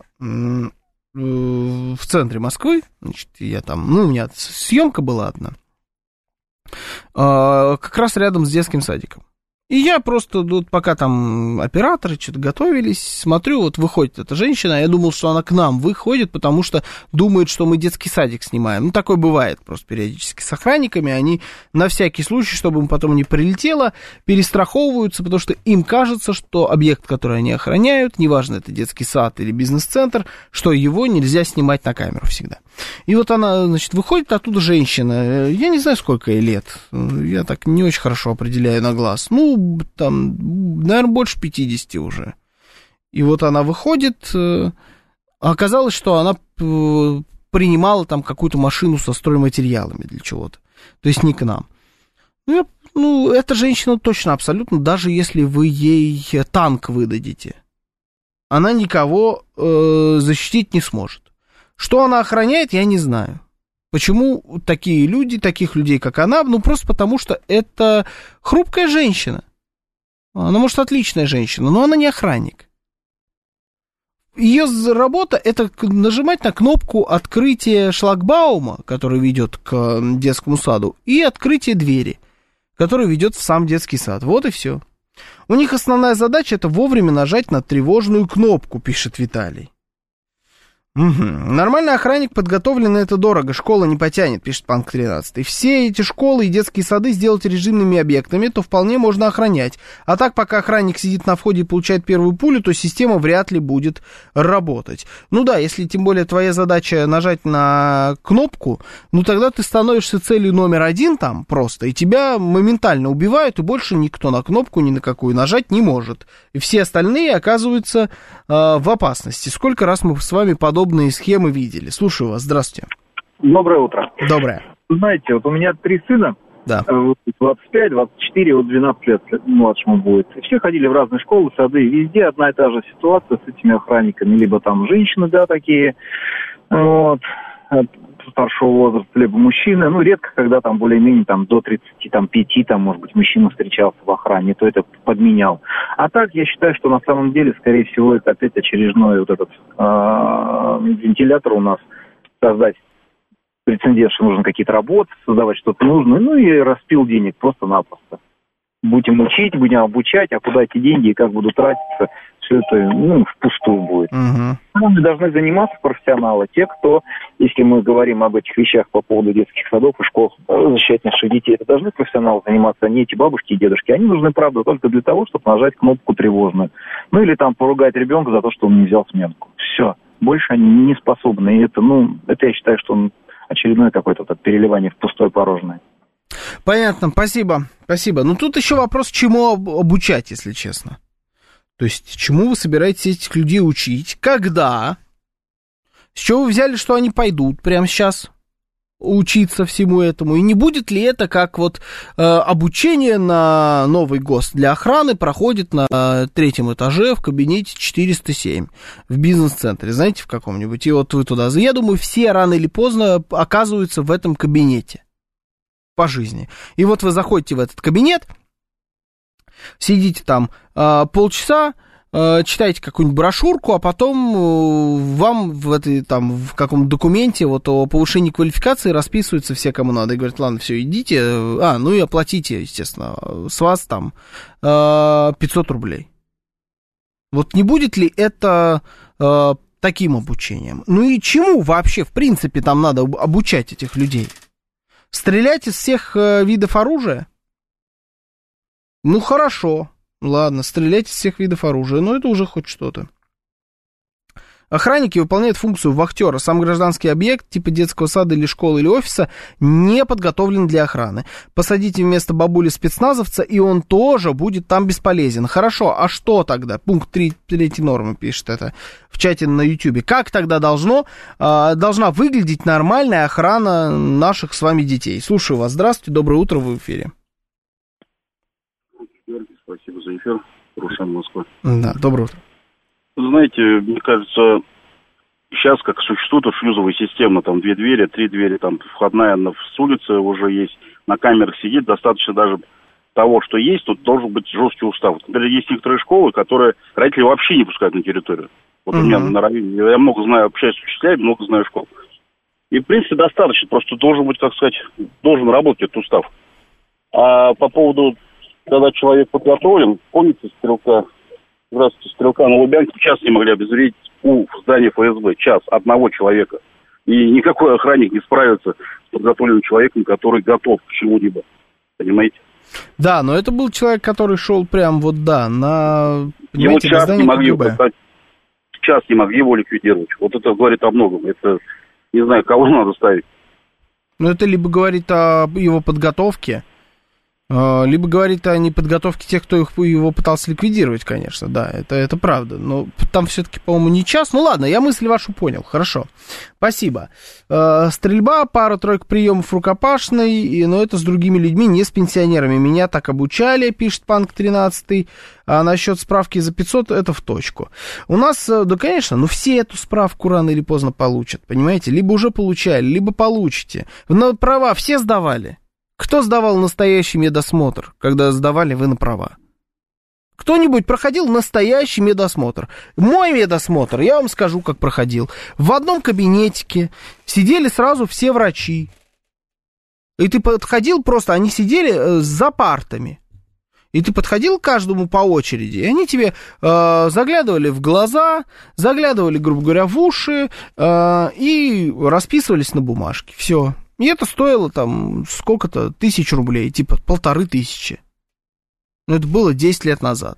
в центре Москвы. Значит, я там, у меня съемка была одна. Как раз рядом с детским садиком. И я просто, вот, пока там операторы что-то готовились, смотрю, вот выходит эта женщина, я думал, что она к нам выходит, потому что думает, что мы детский садик снимаем. Ну, такое бывает просто периодически с охранниками, они на всякий случай, чтобы им потом не прилетело, перестраховываются, потому что им кажется, что объект, который они охраняют, неважно, это детский сад или бизнес-центр, что его нельзя снимать на камеру всегда. И вот она, значит, выходит оттуда женщина, я не знаю, сколько ей лет, я так не очень хорошо определяю на глаз, ну, там, наверное, больше 50 уже. И вот она выходит, оказалось, что она принимала там какую-то машину со стройматериалами для чего-то, то есть не к нам. Ну, эта женщина точно, абсолютно, даже если вы ей танк выдадите, она никого защитить не сможет. Что она охраняет, я не знаю. Почему такие люди, таких людей, как она, ну, просто потому что это хрупкая женщина. Она, может, отличная женщина, но она не охранник. Ее работа — это нажимать на кнопку открытия шлагбаума, который ведет к детскому саду, и открытие двери, которая ведет в сам детский сад. Вот и все. У них основная задача — это вовремя нажать на тревожную кнопку, пишет Виталий. Угу. Нормальный охранник подготовленный, это дорого, школа не потянет, пишет Панк 13. И все эти школы и детские сады сделать режимными объектами, то вполне можно охранять. А так, пока охранник сидит на входе и получает первую пулю, то система вряд ли будет работать. Ну да, если тем более твоя задача нажать на кнопку, ну тогда ты становишься целью номер один там просто, и тебя моментально убивают, и больше никто на кнопку ни на какую нажать не может. И все остальные оказываются в опасности. Сколько раз мы с вами подобные схемы видели. Слушаю вас, здравствуйте. Доброе утро. Доброе. Знаете, вот у меня 3 сына, да. 25, 24, вот 12 лет младшему будет. Все ходили в разные школы, сады, везде одна и та же ситуация с этими охранниками. Либо там женщины, да, такие, вот, старшего возраста, либо мужчины. Ну, редко, когда там более-менее там до 35, там, может быть, мужчина встречался в охране, то это подменял. А так, я считаю, что на самом деле, скорее всего, это опять очередной вот этот вентилятор у нас создать прецедент, что нужно какие-то работы, создавать что-то нужное, ну и распил денег просто-напросто. Будем учить, будем обучать, а куда эти деньги и как будут тратиться, все это, ну, впустую будет. Мы должны заниматься профессионалы, те, кто, если мы говорим об этих вещах по поводу детских садов и школ, защищать наших детей, это должны профессионалы заниматься, а не эти бабушки и дедушки. Они нужны, правда, только для того, чтобы нажать кнопку тревожную. Ну или там поругать ребенка за то, что он не взял сменку. Все. Больше они не способны. И это, ну, это я считаю, что очередное какое-то вот переливание в пустое порожное. Понятно, спасибо, спасибо. Ну, тут еще вопрос, чему обучать, если честно. То есть, чему вы собираетесь этих людей учить? Когда? С чего вы взяли, что они пойдут прямо сейчас учиться всему этому? И не будет ли это, как вот обучение на новый ГОСТ для охраны проходит на 3-м этаже в кабинете 407 в бизнес-центре, знаете, в каком-нибудь? И вот вы туда... Я думаю, все рано или поздно оказываются в этом кабинете по жизни. И вот вы заходите в этот кабинет, сидите там полчаса, читаете какую-нибудь брошюрку, а потом вам в этой, там, в каком-то документе вот о повышении квалификации расписываются все, кому надо, и говорят, ладно, все, идите, ну и оплатите, естественно, с вас там 500 рублей. Вот не будет ли это таким обучением? Ну и чему вообще, в принципе, там надо обучать этих людей? Стрелять из всех видов оружия? Ну, хорошо. Ладно, стрелять из всех видов оружия. Но это уже хоть что-то. Охранники выполняют функцию вахтера. Сам гражданский объект, типа детского сада или школы или офиса, не подготовлен для охраны. Посадите вместо бабули спецназовца, и он тоже будет там бесполезен. Хорошо, а что тогда? Пункт 3 нормы пишет это в чате на Ютьюбе. Как тогда должна выглядеть нормальная охрана наших с вами детей? Слушаю вас. Здравствуйте, доброе утро, вы в эфире. Спасибо за эфир. Рушан, Москва. Да, доброе утро. Знаете, мне кажется, сейчас как существует шлюзовая система, там 2 двери, 3 двери, там входная с улицы уже есть, на камерах сидит, достаточно даже того, что есть, тут должен быть жесткий устав. Например, есть некоторые школы, которые родители вообще не пускают на территорию. Вот у меня на районе, я много знаю, общаюсь с учителями, много знаю школ. И, в принципе, достаточно, просто должен быть, как сказать, должен работать этот устав. А по поводу когда человек подготовлен, помните стрелка на Лубянке, час не могли обезвредить у здания ФСБ, час одного человека. И никакой охранник не справится с подготовленным человеком, который готов к чему-либо. Понимаете? Да, но это был человек, который шел прям на... Его час не могли его ликвидировать. Вот это говорит о многом. Это, не знаю, кого надо ставить. Ну, это либо говорит о его подготовке, либо говорит о неподготовке тех, кто его пытался ликвидировать, конечно, да, это правда. Но там все-таки, по-моему, не час. Ну ладно, я мысль вашу понял, хорошо. Спасибо. Стрельба, пара-тройка приемов рукопашной, но это с другими людьми, не с пенсионерами. Меня так обучали, пишет Панк 13. А насчет справки за 500, это в точку. У нас, да, конечно, но все эту справку рано или поздно получат, понимаете? Либо уже получали, либо получите. На права все сдавали. Кто сдавал настоящий медосмотр, когда сдавали вы на права? Кто-нибудь проходил настоящий медосмотр? Мой медосмотр, я вам скажу, как проходил. В одном кабинетике сидели сразу все врачи. И ты подходил просто, они сидели за партами. И ты подходил к каждому по очереди, и они тебе заглядывали в глаза, заглядывали, грубо говоря, в уши и расписывались на бумажке. Все. И это стоило там сколько-то, 1000 рублей, типа 1500. Но это было 10 лет назад.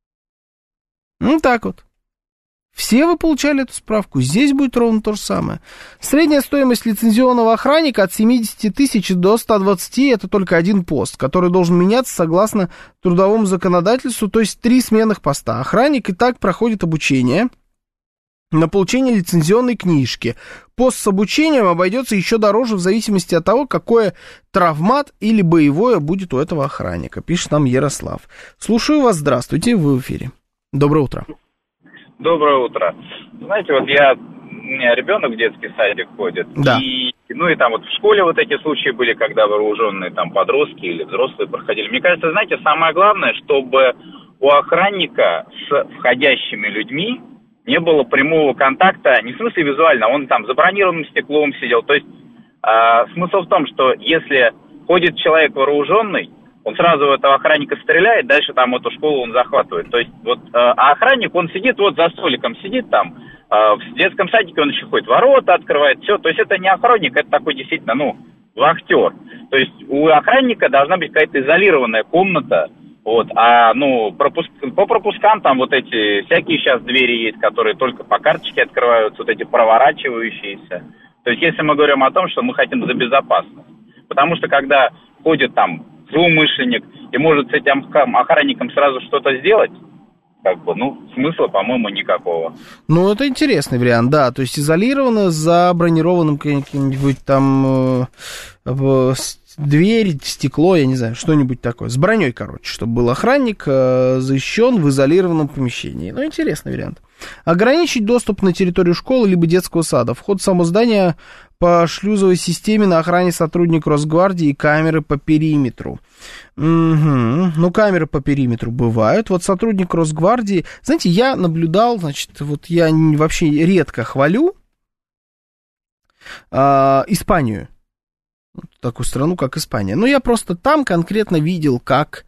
Ну, так вот. Все вы получали эту справку. Здесь будет ровно то же самое. Средняя стоимость лицензионного охранника от 70 тысяч до 120, это только один пост, который должен меняться согласно трудовому законодательству, то есть 3 сменных поста. Охранник и так проходит обучение на получение лицензионной книжки. Пост с обучением обойдется еще дороже в зависимости от того, какое травмат или боевое будет у этого охранника, пишет нам Ярослав. Слушаю вас, здравствуйте, вы в эфире. Доброе утро. Доброе утро. Знаете, вот у меня ребенок в детский садик ходит, да. И там вот в школе вот эти случаи были, когда вооруженные там подростки или взрослые проходили. Мне кажется, знаете, самое главное, чтобы у охранника с входящими людьми не было прямого контакта, не в смысле визуально, он там за бронированным стеклом сидел. То есть смысл в том, что если ходит человек вооруженный, он сразу в этого охранника стреляет, дальше там эту школу он захватывает. То есть вот, а охранник, он сидит вот за столиком, сидит там, в детском садике он еще ходит, ворота открывает, все. То есть это не охранник, это такой действительно, вахтер. То есть у охранника должна быть какая-то изолированная комната, вот, по пропускам там вот эти всякие сейчас двери есть, которые только по карточке открываются, вот эти проворачивающиеся. То есть если мы говорим о том, что мы хотим за безопасность. Потому что когда ходит там злоумышленник и может с этим охранником сразу что-то сделать, смысла, по-моему, никакого. Ну, это интересный вариант, да, то есть изолировано за бронированным каким-нибудь там дверь, стекло, я не знаю, что-нибудь такое, с броней, короче, чтобы был охранник защищен в изолированном помещении. Ну, интересный вариант. Ограничить доступ на территорию школы либо детского сада. Вход в само здание по шлюзовой системе, на охране сотрудник Росгвардии и камеры по периметру. Угу. Ну, камеры по периметру бывают. Вот сотрудник Росгвардии... Знаете, я наблюдал, вот я вообще редко хвалю Испанию. Такую страну, как Испания. Но я просто там конкретно видел, как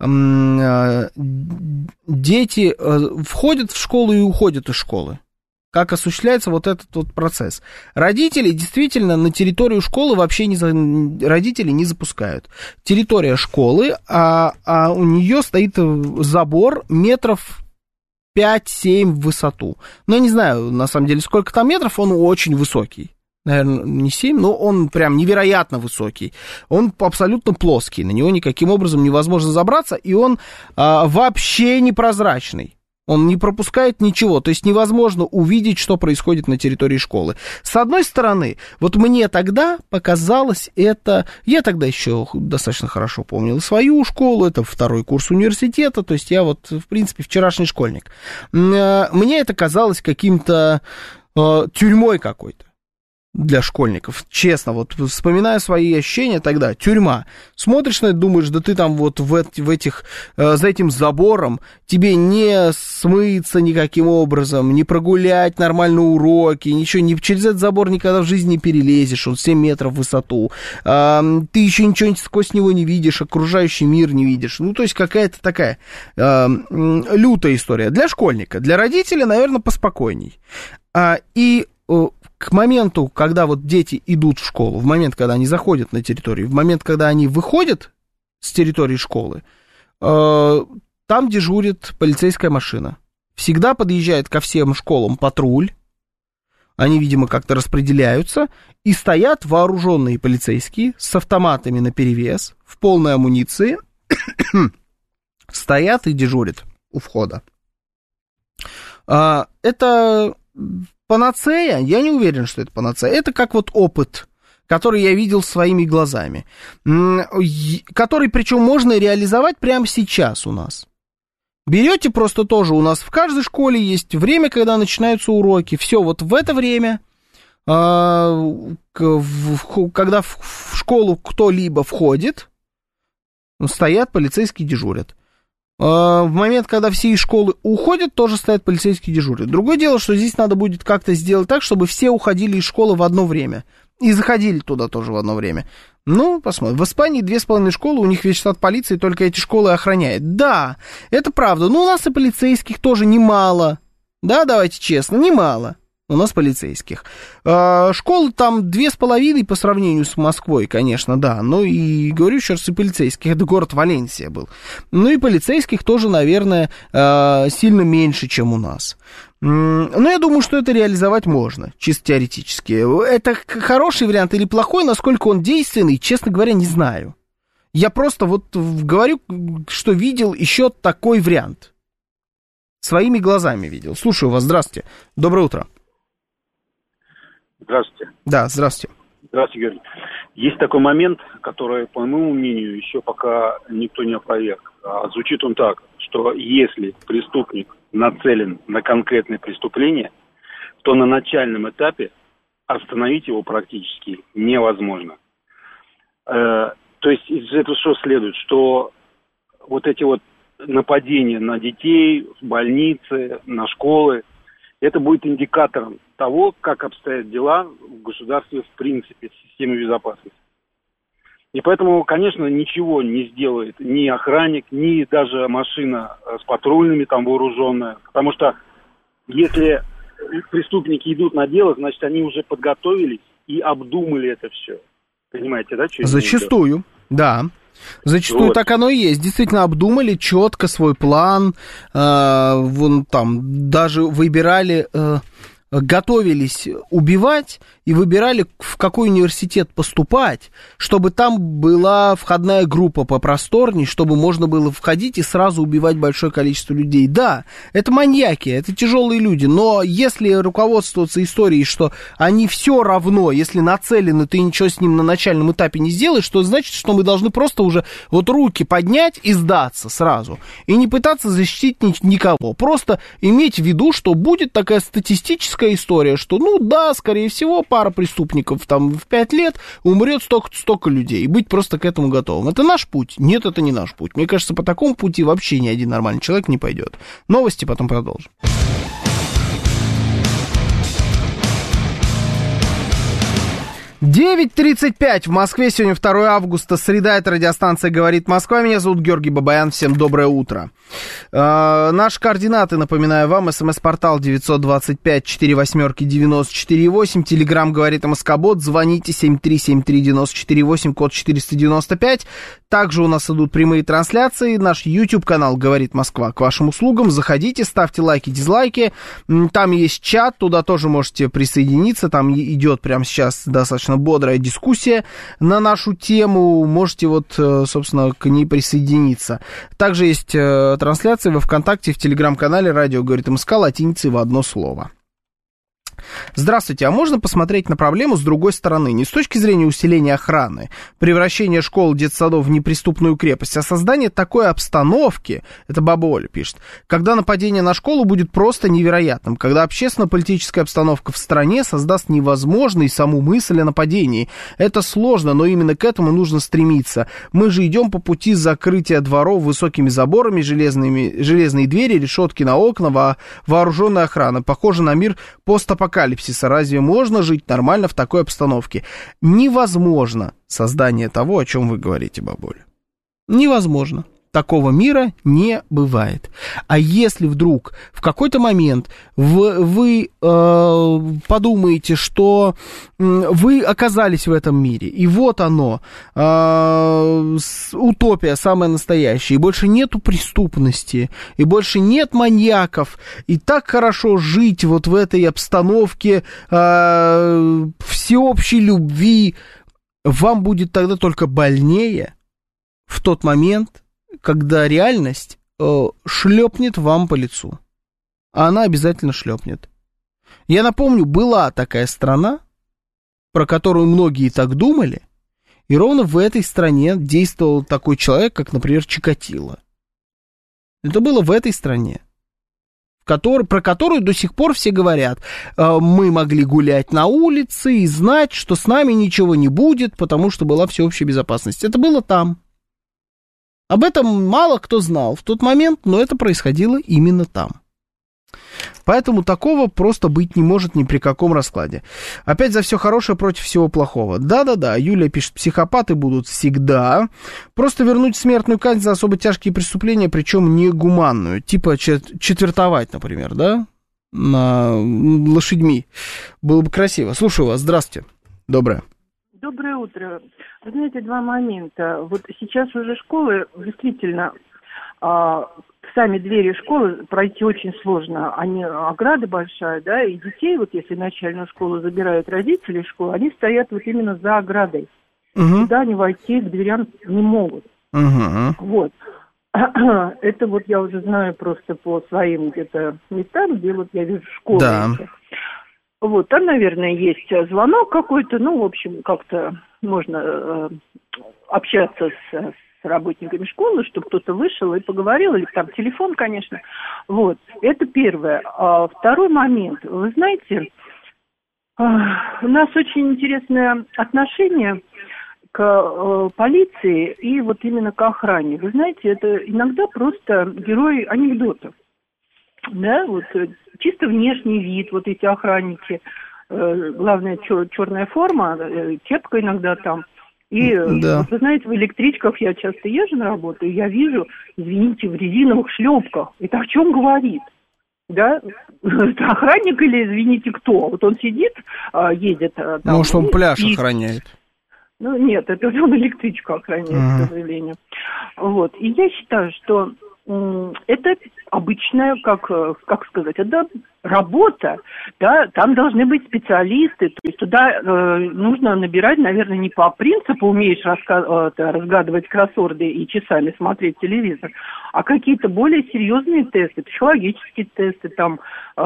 дети входят в школу и уходят из школы. Как осуществляется вот этот вот процесс. Родители действительно на территорию школы вообще родители не запускают. Территория школы, а у нее стоит забор метров 5-7 в высоту. Ну, я не знаю, на самом деле, сколько там метров, он очень высокий. Наверное, не 7, но он прям невероятно высокий. Он абсолютно плоский, на него никаким образом невозможно забраться, и он вообще непрозрачный. Он не пропускает ничего, то есть невозможно увидеть, что происходит на территории школы. С одной стороны, вот мне тогда показалось это... Я тогда еще достаточно хорошо помнил свою школу, это 2-й курс университета, то есть я вот, в принципе, вчерашний школьник. Мне это казалось каким-то тюрьмой какой-то. для школьников. Честно, вот вспоминая свои ощущения тогда, тюрьма. Смотришь на это, думаешь, да ты там вот в этих, за этим забором, тебе не смыться никаким образом, не прогулять нормально уроки, ничего, через этот забор никогда в жизни не перелезешь, он 7 метров в высоту. Ты еще ничего сквозь него не видишь, окружающий мир не видишь. Ну, то есть какая-то такая лютая история. Для школьника, для родителя, наверное, поспокойней. И к моменту, когда вот дети идут в школу, в момент, когда они заходят на территорию, в момент, когда они выходят с территории школы, там дежурит полицейская машина. Всегда подъезжает ко всем школам патруль, они, видимо, как-то распределяются, и стоят вооруженные полицейские с автоматами наперевес, в полной амуниции, стоят и дежурят у входа. Это панацея? Я не уверен, что это панацея. Это как вот опыт, который я видел своими глазами, который, причем, можно реализовать прямо сейчас у нас. Берете просто тоже, у нас в каждой школе есть время, когда начинаются уроки. Все, вот в это время, когда в школу кто-либо входит, стоят полицейские, дежурят. В момент, когда все из школы уходят, тоже стоят полицейские, дежурят. Другое дело, что здесь надо будет как-то сделать так, чтобы все уходили из школы в одно время. И заходили туда тоже в одно время. Ну, посмотрим. В Испании 2,5 школы, у них весь штат полиции только эти школы охраняет. Да, это правда. Но у нас и полицейских тоже немало. Да, давайте честно, немало. У нас полицейских. Школы там 2,5 по сравнению с Москвой, конечно, да. Ну и, говорю еще раз, и полицейских. Это город Валенсия был. Ну и полицейских тоже, наверное, сильно меньше, чем у нас. Но я думаю, что это реализовать можно, чисто теоретически. Это хороший вариант или плохой, насколько он действенный, честно говоря, не знаю. Я просто вот говорю, что видел еще такой вариант. Своими глазами видел. Слушаю вас, здравствуйте. Доброе утро. Здравствуйте. Да, здравствуйте. Здравствуйте, Георгий. Есть такой момент, который, по моему мнению, еще пока никто не опроверг. Звучит он так, что если преступник нацелен на конкретное преступление, то на начальном этапе остановить его практически невозможно. То есть из этого что следует? Что вот эти вот нападения на детей, в больницы, на школы, это будет индикатором того, как обстоят дела в государстве в принципе, в системе безопасности. И поэтому, конечно, ничего не сделает ни охранник, ни даже машина с патрульными там вооруженная. Потому что если преступники идут на дело, значит, они уже подготовились и обдумали это все. Понимаете, да? Зачастую, да. Зачастую вот. Так оно и есть. Действительно обдумали четко свой план, вон там даже выбирали, готовились убивать и выбирали, в какой университет поступать, чтобы там была входная группа попросторней, чтобы можно было входить и сразу убивать большое количество людей. Да, это маньяки, это тяжелые люди, но если руководствоваться историей, что они все равно, если нацелены, ты ничего с ним на начальном этапе не сделаешь, то значит, что мы должны просто уже вот руки поднять и сдаться сразу. И не пытаться защитить никого. Просто иметь в виду, что будет такая статистическая история, что, ну да, скорее всего, пара преступников там в 5 лет умрет столько людей. И быть просто к этому готовым. Это наш путь? Нет, это не наш путь. Мне кажется, по такому пути вообще ни один нормальный человек не пойдет. Новости, потом продолжим. 9:35 в Москве, сегодня 2 августа, среда, это радиостанция «Говорит Москва». Меня зовут Георгий Бабаян, всем доброе утро. Наши координаты, напоминаю вам, смс-портал 925-48-94-8, телеграмм «Говорит МСК-бот», звоните 7373-94-8, код 495. Также у нас идут прямые трансляции, наш YouTube-канал «Говорит Москва» к вашим услугам. Заходите, ставьте лайки, дизлайки, там есть чат, туда тоже можете присоединиться, там идет прямо сейчас достаточно бодрая дискуссия на нашу тему, можете вот, собственно, к ней присоединиться. Также есть трансляции во ВКонтакте, в Телеграм-канале «Радио говорит МСК» латиницей в одно слово. Здравствуйте, а можно посмотреть на проблему с другой стороны? Не с точки зрения усиления охраны, превращения школ, детсадов в неприступную крепость, а создание такой обстановки, это баба Оля пишет, когда нападение на школу будет просто невероятным, когда общественно-политическая обстановка в стране создаст невозможной саму мысль о нападении. Это сложно, но именно к этому нужно стремиться. Мы же идем по пути закрытия дворов высокими заборами, железные двери, решетки на окна, вооруженная охрана. Похоже на мир постапокалипсиса. Разве можно жить нормально в такой обстановке? Невозможно создание того, о чем вы говорите, бабуля. Невозможно. Такого мира не бывает. А если вдруг в какой-то момент вы подумаете, что вы оказались в этом мире, и вот оно, утопия самая настоящая, и больше нету преступности, и больше нет маньяков, и так хорошо жить вот в этой обстановке всеобщей любви, вам будет тогда только больнее в тот момент, когда реальность шлепнет вам по лицу. А она обязательно шлепнет. Я напомню, была такая страна, про которую многие так думали, и ровно в этой стране действовал такой человек, как, например, Чикатило. Это было в этой стране, про которую до сих пор все говорят. Мы могли гулять на улице и знать, что с нами ничего не будет, потому что была всеобщая безопасность. Это было там. Об этом мало кто знал в тот момент, но это происходило именно там. Поэтому такого просто быть не может ни при каком раскладе. Опять за все хорошее против всего плохого. Да-да-да, Юлия пишет, психопаты будут всегда. Просто вернуть смертную казнь за особо тяжкие преступления, причем негуманную. Типа четвертовать, например, да? Лошадьми. Было бы красиво. Слушаю вас, здравствуйте. Доброе. Доброе утро. Вы знаете, два момента. Вот сейчас уже школы, действительно, сами двери школы пройти очень сложно. Они, ограда большая, да, и детей, вот если начальную школу забирают родители школы, они стоят вот именно за оградой. Туда они войти к дверям не могут. Вот. Это вот я уже знаю просто по своим где-то местам, где вот я вижу школы. Да. Вот, там, наверное, есть звонок какой-то, ну, в общем, как-то можно общаться с работниками школы, чтобы кто-то вышел и поговорил, или там телефон, конечно. Вот, это первое. А второй момент. Вы знаете, у нас очень интересное отношение к полиции и вот именно к охране. Вы знаете, это иногда просто герои анекдотов. Да, вот чисто внешний вид, вот эти охранники, главное, черная форма, кепка иногда там. И, да. Вот, вы знаете, в электричках я часто езжу на работу, и я вижу, извините, в резиновых шлепках. Это о чем говорит? Да? Это охранник или, извините, кто? Вот он сидит, едет. Там, может, он пляж охраняет? Ну, нет, это он электричку охраняет, к сожалению. Вот. И я считаю, что это обычная, как сказать, это работа, да, там должны быть специалисты, то есть туда нужно набирать, наверное, не по принципу умеешь разгадывать кроссворды и часами смотреть телевизор, а какие-то более серьезные тесты, психологические тесты, там,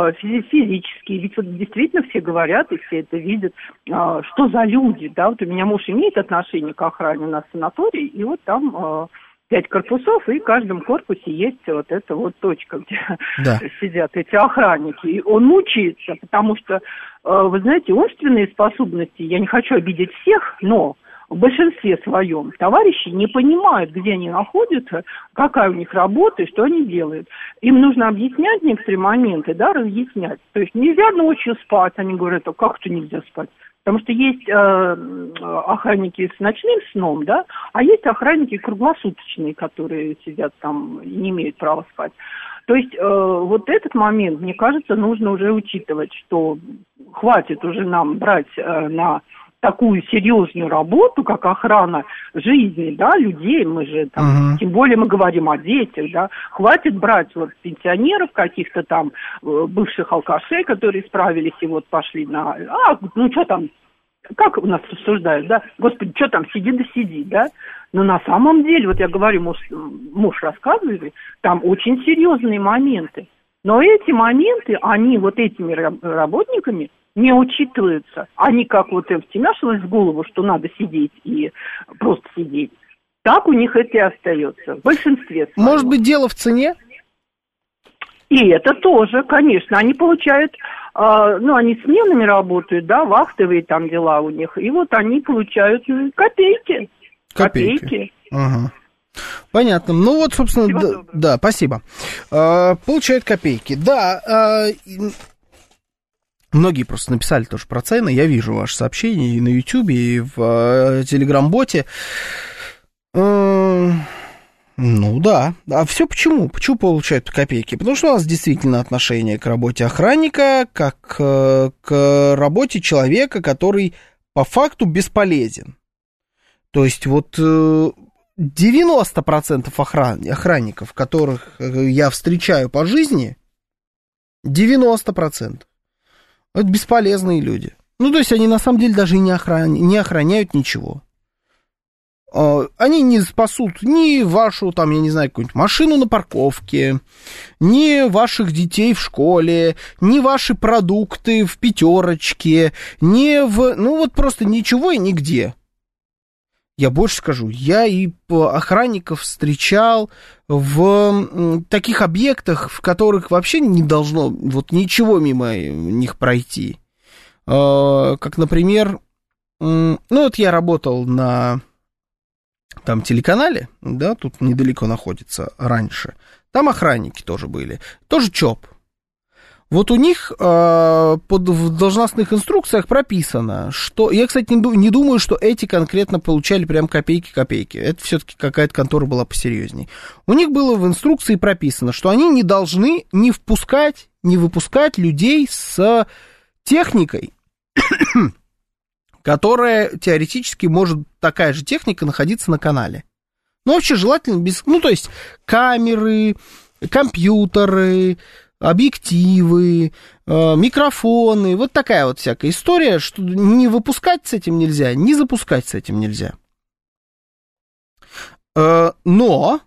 физические, ведь вот действительно все говорят и все это видят, что за люди, да, вот у меня муж имеет отношение к охране на санатории, и вот там 5 корпусов, и в каждом корпусе есть вот эта вот точка, где сидят эти охранники. И он мучается, потому что, вы знаете, умственные способности, я не хочу обидеть всех, но в большинстве своем товарищи не понимают, где они находятся, какая у них работа и что они делают. Им нужно объяснять некоторые моменты, да, разъяснять. То есть нельзя ночью спать, они говорят, а как это нельзя спать? Потому что есть охранники с ночным сном, да, а есть охранники круглосуточные, которые сидят там и не имеют права спать. То есть вот этот момент, мне кажется, нужно уже учитывать, что хватит уже нам брать на такую серьезную работу, как охрана жизни, да, людей, мы же там, тем более мы говорим о детях, да, хватит брать вот пенсионеров каких-то там, бывших алкашей, которые справились и вот пошли на, ну что там, как у нас рассуждают, да, господи, что там, сиди да сиди, да, но на самом деле, вот я говорю, муж рассказывает, там очень серьезные моменты. Но эти моменты, они вот этими работниками не учитываются. Они как вот им втемяшилось в голову, что надо сидеть и просто сидеть. Так у них это и остается. В большинстве своем. Может быть, дело в цене? И это тоже, конечно. Они получают, они сменами работают, да, вахтовые там дела у них. И вот они получают копейки. Копейки. Ага. Понятно. Ну вот, собственно, да, спасибо. Получают копейки. Да, многие просто написали тоже про цены. Я вижу ваши сообщения и на Ютьюбе, и в Телеграм-боте. Ну да. А все почему? Почему получают копейки? Потому что у нас действительно отношение к работе охранника как к работе человека, который по факту бесполезен. То есть вот 90% охранников, которых я встречаю по жизни, 90%. Это бесполезные люди. Ну, то есть они на самом деле даже и не охраняют ничего. Они не спасут ни вашу, там, я не знаю, какую-нибудь машину на парковке, ни ваших детей в школе, ни ваши продукты в пятерочке, ни в... Ну, вот просто ничего и нигде. Я больше скажу, я и охранников встречал в таких объектах, в которых вообще не должно вот ничего мимо них пройти. Как, например, ну, вот я работал на... Там телеканале, да, тут недалеко находится раньше. Там охранники тоже были. Тоже ЧОП. Вот у них в должностных инструкциях прописано, что... Я, кстати, не думаю, что эти конкретно получали прям копейки-копейки. Это все-таки какая-то контора была посерьезней. У них было в инструкции прописано, что они не должны не выпускать людей с техникой, которая теоретически может такая же техника находиться на канале. Ну, вообще желательно без... Ну, то есть камеры, компьютеры, объективы, микрофоны. Вот такая вот всякая история, что не выпускать с этим нельзя, не запускать с этим нельзя. Но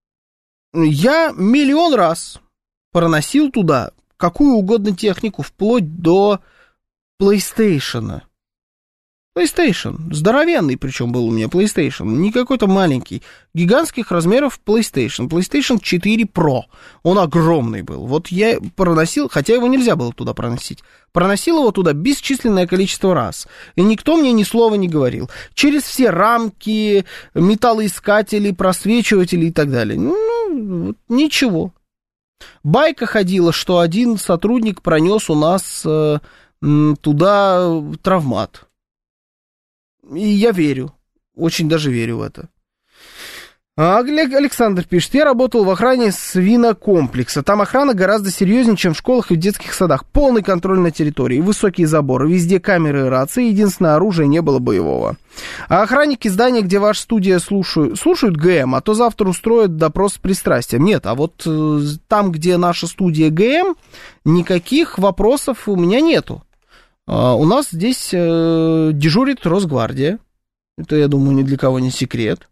я миллион раз проносил туда какую угодно технику, вплоть до PlayStation. PlayStation, здоровенный причем был у меня PlayStation, не какой-то маленький, гигантских размеров PlayStation 4 Pro, он огромный был, вот я проносил, хотя его нельзя было туда проносить, проносил его туда бесчисленное количество раз, и никто мне ни слова не говорил, через все рамки, металлоискатели, просвечиватели и так далее, ну, ничего. Байка ходила, что один сотрудник пронес у нас туда травмат. И я верю, очень даже верю в это. Александр пишет, я работал в охране свинокомплекса. Там охрана гораздо серьезнее, чем в школах и в детских садах. Полный контроль на территории, высокие заборы, везде камеры и рации, единственное оружие не было боевого. А охранники здания, где ваша студия слушают ГМ, а то завтра устроят допрос с пристрастием. Нет, а вот там, где наша студия ГМ, никаких вопросов у меня нету. У нас здесь дежурит Росгвардия. Это, я думаю, ни для кого не секрет.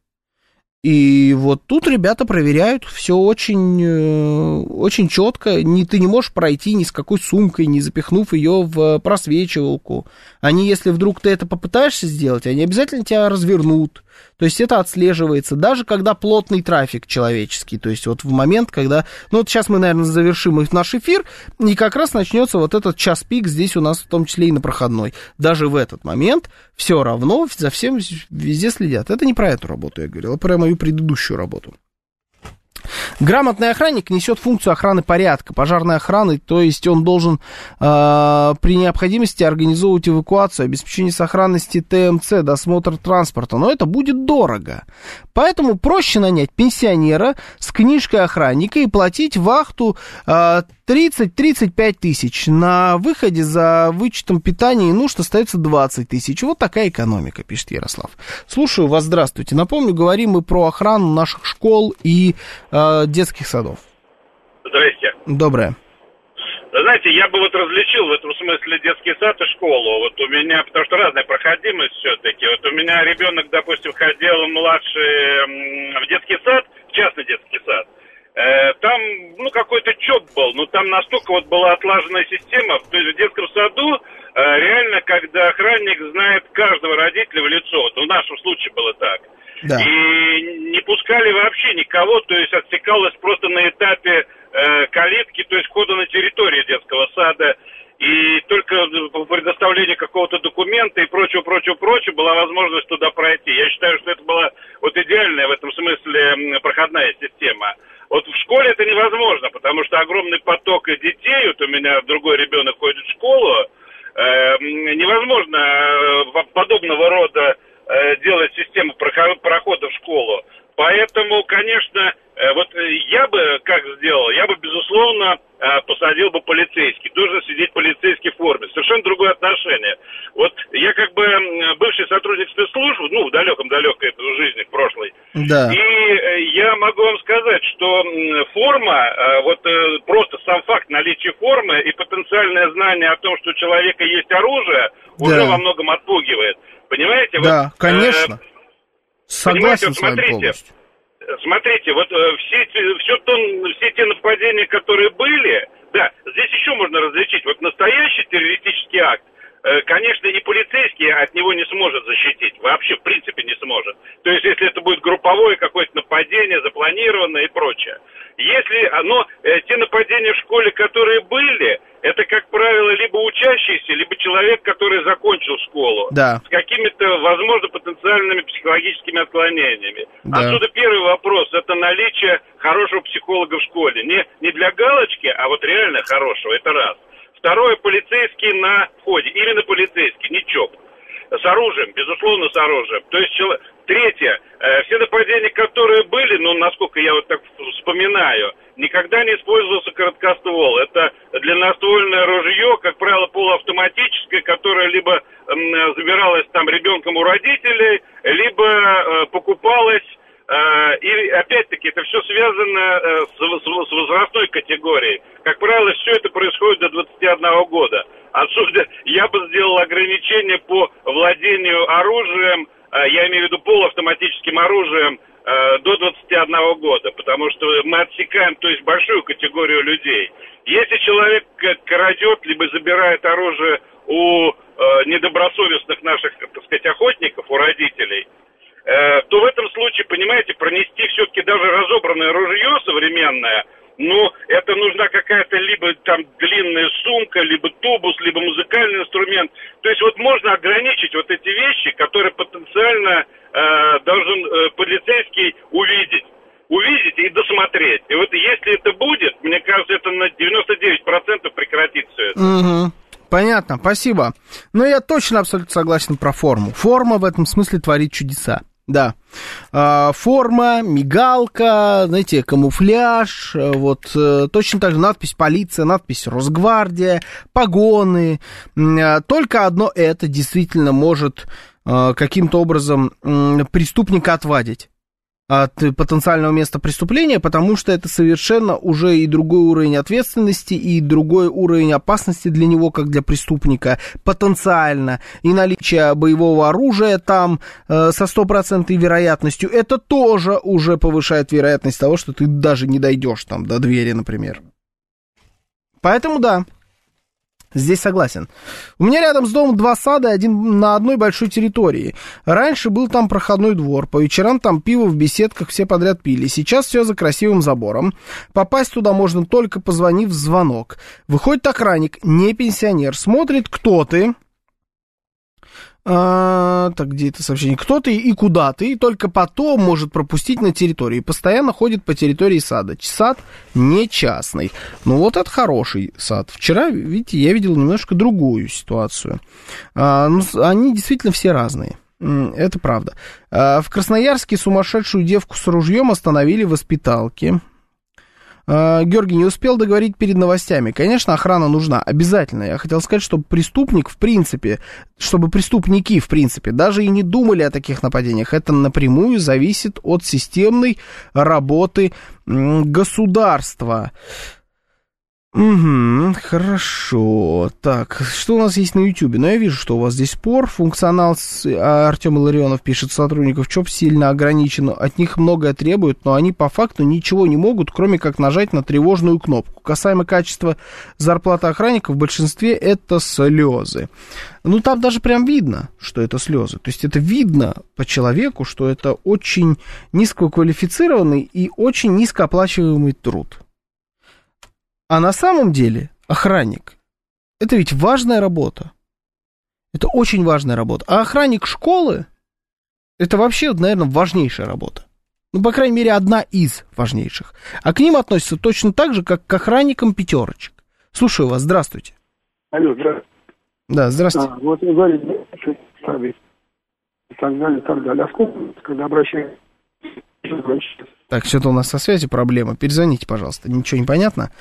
И вот тут ребята проверяют все очень, очень четко. Ты не можешь пройти ни с какой сумкой, не запихнув ее в просвечивалку. Они, если вдруг ты это попытаешься сделать, они обязательно тебя развернут. То есть это отслеживается, даже когда плотный трафик человеческий. То есть вот в момент, когда... Ну вот сейчас мы, наверное, завершим наш эфир, и как раз начнется вот этот час пик здесь у нас, в том числе и на проходной. Даже в этот момент все равно за всем везде следят. Это не про эту работу я говорил, а про мою предыдущую работу. Грамотный охранник несет функцию охраны порядка, пожарной охраны, то есть он должен при необходимости организовывать эвакуацию, обеспечение сохранности ТМЦ, досмотр транспорта, но это будет дорого. Поэтому проще нанять пенсионера с книжкой охранника и платить вахту 30-35 тысяч. На выходе за вычетом питания и нужд остается 20 тысяч. Вот такая экономика, пишет Ярослав. Слушаю вас, здравствуйте. Напомню, говорим мы про охрану наших школ и детских садов. Здрасте. Доброе. Знаете, я бы вот различил в этом смысле детский сад и школу. Вот у меня, потому что разная проходимость все-таки. Вот у меня ребенок, допустим, ходил младший в детский сад, в частный детский сад. там, какой-то ЧОП был, но там настолько вот была отлаженная система, то есть в детском саду реально, когда охранник знает каждого родителя в лицо, вот в нашем случае было так. Да. И не пускали вообще никого, то есть отсекалось просто на этапе калитки, то есть входа на территорию детского сада. И только по предоставлению какого-то документа и прочего была возможность туда пройти. Я считаю, что это была вот идеальная в этом смысле проходная система. Вот в школе это невозможно, потому что огромный поток детей, вот у меня другой ребенок ходит в школу, невозможно подобного рода делать систему прохода в школу. Поэтому, конечно, вот я бы как сделал? Я бы, безусловно, посадил бы полицейский. Должен сидеть полицейский в форме. Совершенно другое отношение. Вот я как бы бывший сотрудник спецслужб, в далекой жизни, в прошлой. Да. И я могу вам сказать, что форма, просто сам факт наличия формы и потенциальное знание о том, что у человека есть оружие, уже во многом отпугивает. Понимаете? Да, конечно. Согласен с вами полностью. Смотрите, вот все те нападения, которые были, да, здесь еще можно различить. Вот настоящий террористический акт, конечно, и полицейский от него не сможет защитить. Вообще, в принципе, не сможет. То есть, если это будет групповое какое-то нападение, запланированное и прочее. Те нападения в школе, которые были, это, как правило, либо учащийся, либо человек, который закончил школу. Да. С какими-то, возможно, потенциальными психологическими отклонениями. Да. Отсюда первый вопрос. Это наличие хорошего психолога в школе. Не для галочки, а вот реально хорошего. Это раз. Второе, полицейский на входе. Именно полицейский, не ЧОП. С оружием, безусловно, с оружием. То есть, третье, все нападения, которые были, насколько я вот так вспоминаю, никогда не использовался короткоствол. Это длинноствольное ружье, как правило, полуавтоматическое, которое либо забиралось там ребенком у родителей, либо покупалось. И опять-таки это все связано с возрастной категорией. Как правило, все это происходит до 21 года. Отсюда я бы сделал ограничение по владению оружием, я имею в виду полуавтоматическим оружием, до 21 года, потому что мы отсекаем, то есть, большую категорию людей. Если человек крадет, либо забирает оружие у недобросовестных наших, так сказать, охотников, у родителей, то в этом случае, понимаете, пронести все-таки даже разобранное ружье современное, это нужна какая-то либо там длинная сумка, либо тубус, либо музыкальный инструмент. То есть можно ограничить вот эти вещи, которые потенциально должен полицейский увидеть и досмотреть. И вот если это будет, мне кажется, это на 99% прекратит все это. Угу. Понятно, спасибо. Но я точно абсолютно согласен про форму. Форма в этом смысле творит чудеса. Да, форма, мигалка, знаете, камуфляж, точно так же надпись «Полиция», надпись «Росгвардия», погоны. Только одно это действительно может каким-то образом преступника отвадить от потенциального места преступления, потому что это совершенно уже и другой уровень ответственности, и другой уровень опасности для него, как для преступника, потенциально. И наличие боевого оружия там со 100% вероятностью, это тоже уже повышает вероятность того, что ты даже не дойдешь там до двери, например. Поэтому да. Здесь согласен. У меня рядом с домом 2 сада, один на одной большой территории. Раньше был там проходной двор, по вечерам там пиво в беседках все подряд пили. Сейчас все за красивым забором. Попасть туда можно только позвонив в звонок. Выходит охранник, не пенсионер, смотрит, кто ты. Так, где это сообщение? Кто ты и куда ты, и только потом может пропустить на территории. Постоянно ходит по территории сада. Сад не частный. Это хороший сад. Вчера, видите, я видел немножко другую ситуацию. Они действительно все разные. Это правда. В Красноярске сумасшедшую девку с ружьем остановили в воспиталке. Георгий, не успел договорить перед новостями. Конечно, охрана нужна, обязательно. Я хотел сказать, чтобы преступники, в принципе, даже и не думали о таких нападениях. Это напрямую зависит от системной работы государства. Угу, хорошо. Так, что у нас есть на Ютьюбе? Ну, я вижу, что у вас здесь спор. Функционал Артем Илларионов пишет, сотрудников ЧОП сильно ограничен. От них многое требуют, но они по факту ничего не могут, кроме как нажать на тревожную кнопку. Касаемо качества зарплаты охранников, в большинстве это слезы. Ну, там даже прям видно, что это слезы. То есть это видно по человеку, что это очень низкоквалифицированный и очень низкооплачиваемый труд. А на самом деле охранник – это ведь важная работа. Это очень важная работа. А охранник школы – это вообще, наверное, важнейшая работа. Ну, по крайней мере, одна из важнейших. А к ним относятся точно так же, как к охранникам пятерочек. Слушаю вас, здравствуйте. Алло, здравствуйте. Да, здравствуйте. Вот вы говорите, и так далее. А сколько, когда обращаетесь? Так, что-то у нас со связью проблема. Перезвоните, пожалуйста. Ничего не понятно.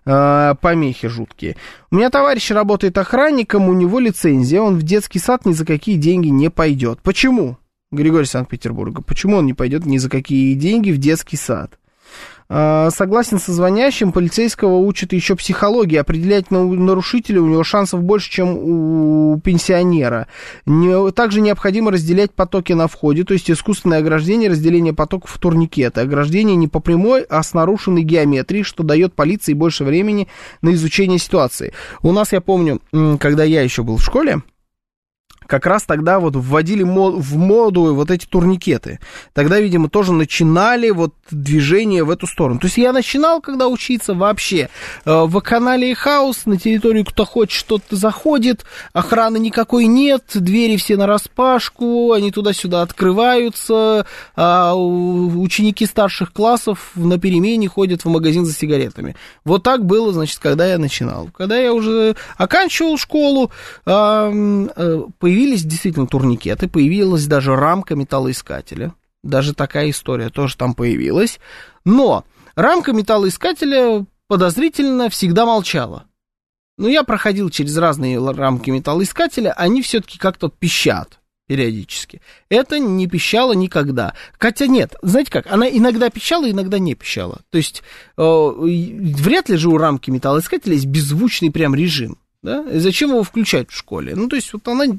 Помехи жуткие. У меня товарищ работает охранником, у него лицензия, он в детский сад ни за какие деньги не пойдет. Почему? Григорий Санкт-Петербурга. Почему он не пойдет ни за какие деньги в детский сад? Согласен со звонящим, полицейского учат еще психологии. Определять нарушителя у него шансов больше, чем у пенсионера. Также необходимо разделять потоки на входе, то есть искусственное ограждение, разделение потоков в турникеты. Ограждение не по прямой, а с нарушенной геометрией, что дает полиции больше времени на изучение ситуации. У нас, я помню, когда я еще был в школе, как раз тогда вот вводили в моду вот эти турникеты. Тогда, видимо, тоже начинали вот движение в эту сторону. То есть я начинал, когда учиться вообще в канале Хаус, на территорию кто хочет что-то заходит, охраны никакой нет, двери все нараспашку, они туда-сюда открываются, а ученики старших классов на перемене ходят в магазин за сигаретами. Вот так было, значит, когда я начинал. Когда я уже оканчивал школу, появились действительно турникеты, появилась даже рамка металлоискателя. Даже такая история тоже там появилась. Но рамка металлоискателя подозрительно всегда молчала. Но я проходил через разные рамки металлоискателя, они все-таки как-то пищат периодически. Это не пищало никогда. Хотя нет, знаете как, она иногда пищала, иногда не пищала. То есть вряд ли же у рамки металлоискателя есть беззвучный прям режим. Да? И зачем его включать в школе? Ну, то есть, вот она...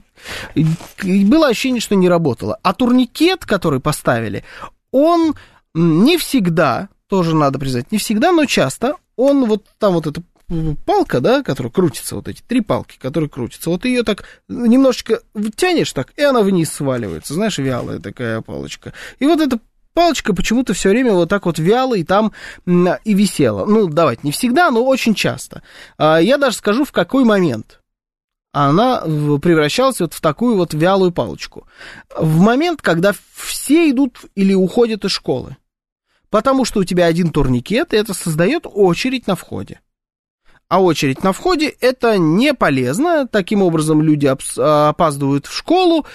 Было ощущение, что не работала. А турникет, который поставили, он не всегда, тоже надо признать, не всегда, но часто, он вот там вот эта палка, да, которая крутится, вот эти 3 палки, которые крутятся, вот ее так немножечко тянешь так, и она вниз сваливается, знаешь, вялая такая палочка. И вот эта палочка почему-то все время вот так вот вяло и там и висела. Ну, давайте, не всегда, но очень часто. Я даже скажу, в какой момент она превращалась вот в такую вот вялую палочку. В момент, когда все идут или уходят из школы. Потому что у тебя один турникет, и это создает очередь на входе. А очередь на входе это не полезно. Таким образом люди опаздывают в школу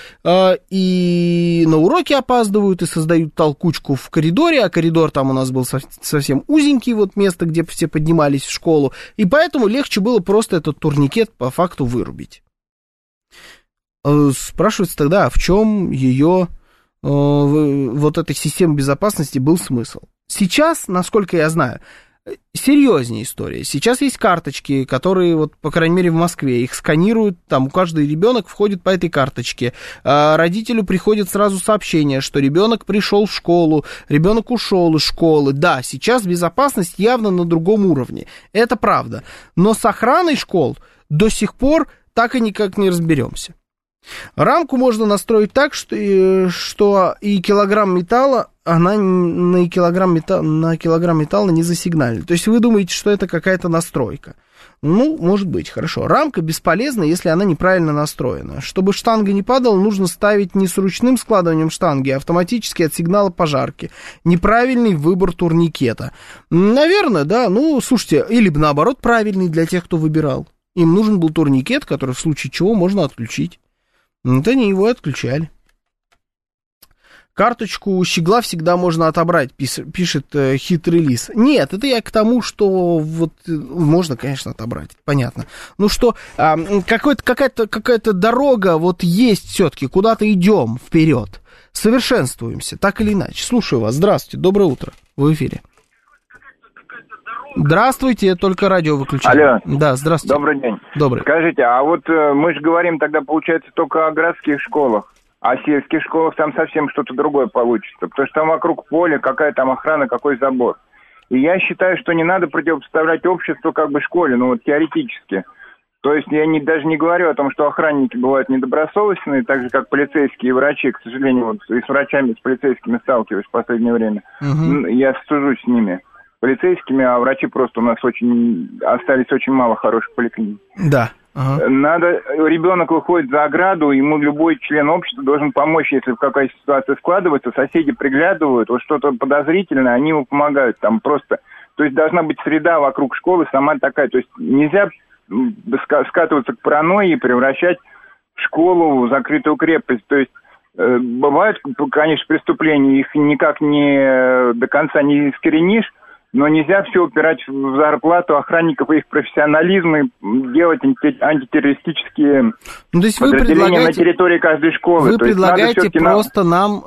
и на уроки опаздывают и создают толкучку в коридоре. А коридор там у нас был совсем узенький, вот место, где все поднимались в школу. И поэтому легче было просто этот турникет по факту вырубить. Спрашивается тогда, а в чем ее вот этой системы безопасности был смысл? Сейчас, насколько я знаю, серьезнее история. Сейчас есть карточки, которые, вот, по крайней мере, в Москве, их сканируют, там, каждый ребенок входит по этой карточке. Родителю приходит сразу сообщение, что ребенок пришел в школу, ребенок ушел из школы. Да, сейчас безопасность явно на другом уровне. Это правда. Но с охраной школ до сих пор так и никак не разберемся. Рамку можно настроить так, что и килограмм металла, она на килограмм металла не засигналит. То есть вы думаете, что это какая-то настройка. Ну, может быть, хорошо. Рамка бесполезна, если она неправильно настроена. Чтобы штанга не падала, нужно ставить не с ручным складыванием штанги, а автоматически от сигнала пожарки. Неправильный выбор турникета. Наверное, да. Ну, слушайте, или наоборот правильный для тех, кто выбирал. Им нужен был турникет, который в случае чего можно отключить. Вот они его отключали. Карточку у щегла всегда можно отобрать, пишет хитрый лис. Нет, это я к тому, что вот можно, конечно, отобрать, понятно. Ну что, какая-то дорога вот есть все-таки, куда-то идем вперед, совершенствуемся, так или иначе. Слушаю вас, здравствуйте, доброе утро, вы в эфире. Здравствуйте, только радио выключали. Алло. Да, здравствуйте. Добрый день. Добрый. Скажите, а вот мы же говорим тогда, получается, только о городских школах, а в сельских школах там совсем что-то другое получится, потому что там вокруг поля, какая там охрана, какой забор. И я считаю, что не надо противопоставлять общество как бы школе, ну вот теоретически. То есть я даже не говорю о том, что охранники бывают недобросовестные, так же, как полицейские и врачи. К сожалению, вот и с врачами, с полицейскими сталкиваюсь в последнее время. Я сужусь с ними. Полицейскими, а врачи просто у нас остались очень мало хороших поликлиник. Да. Ребенок выходит за ограду, ему любой член общества должен помочь, если какая-то ситуация складывается, соседи приглядывают, вот что-то подозрительное, они ему помогают там просто. То есть должна быть среда вокруг школы сама такая, то есть нельзя скатываться к паранойи и превращать школу в закрытую крепость. То есть бывают, конечно, преступления, их никак не до конца не искоренишь, но нельзя все упирать в зарплату охранников и их профессионализм и делать антитеррористические подразделения на территории каждой школы. Вы предлагаете просто нам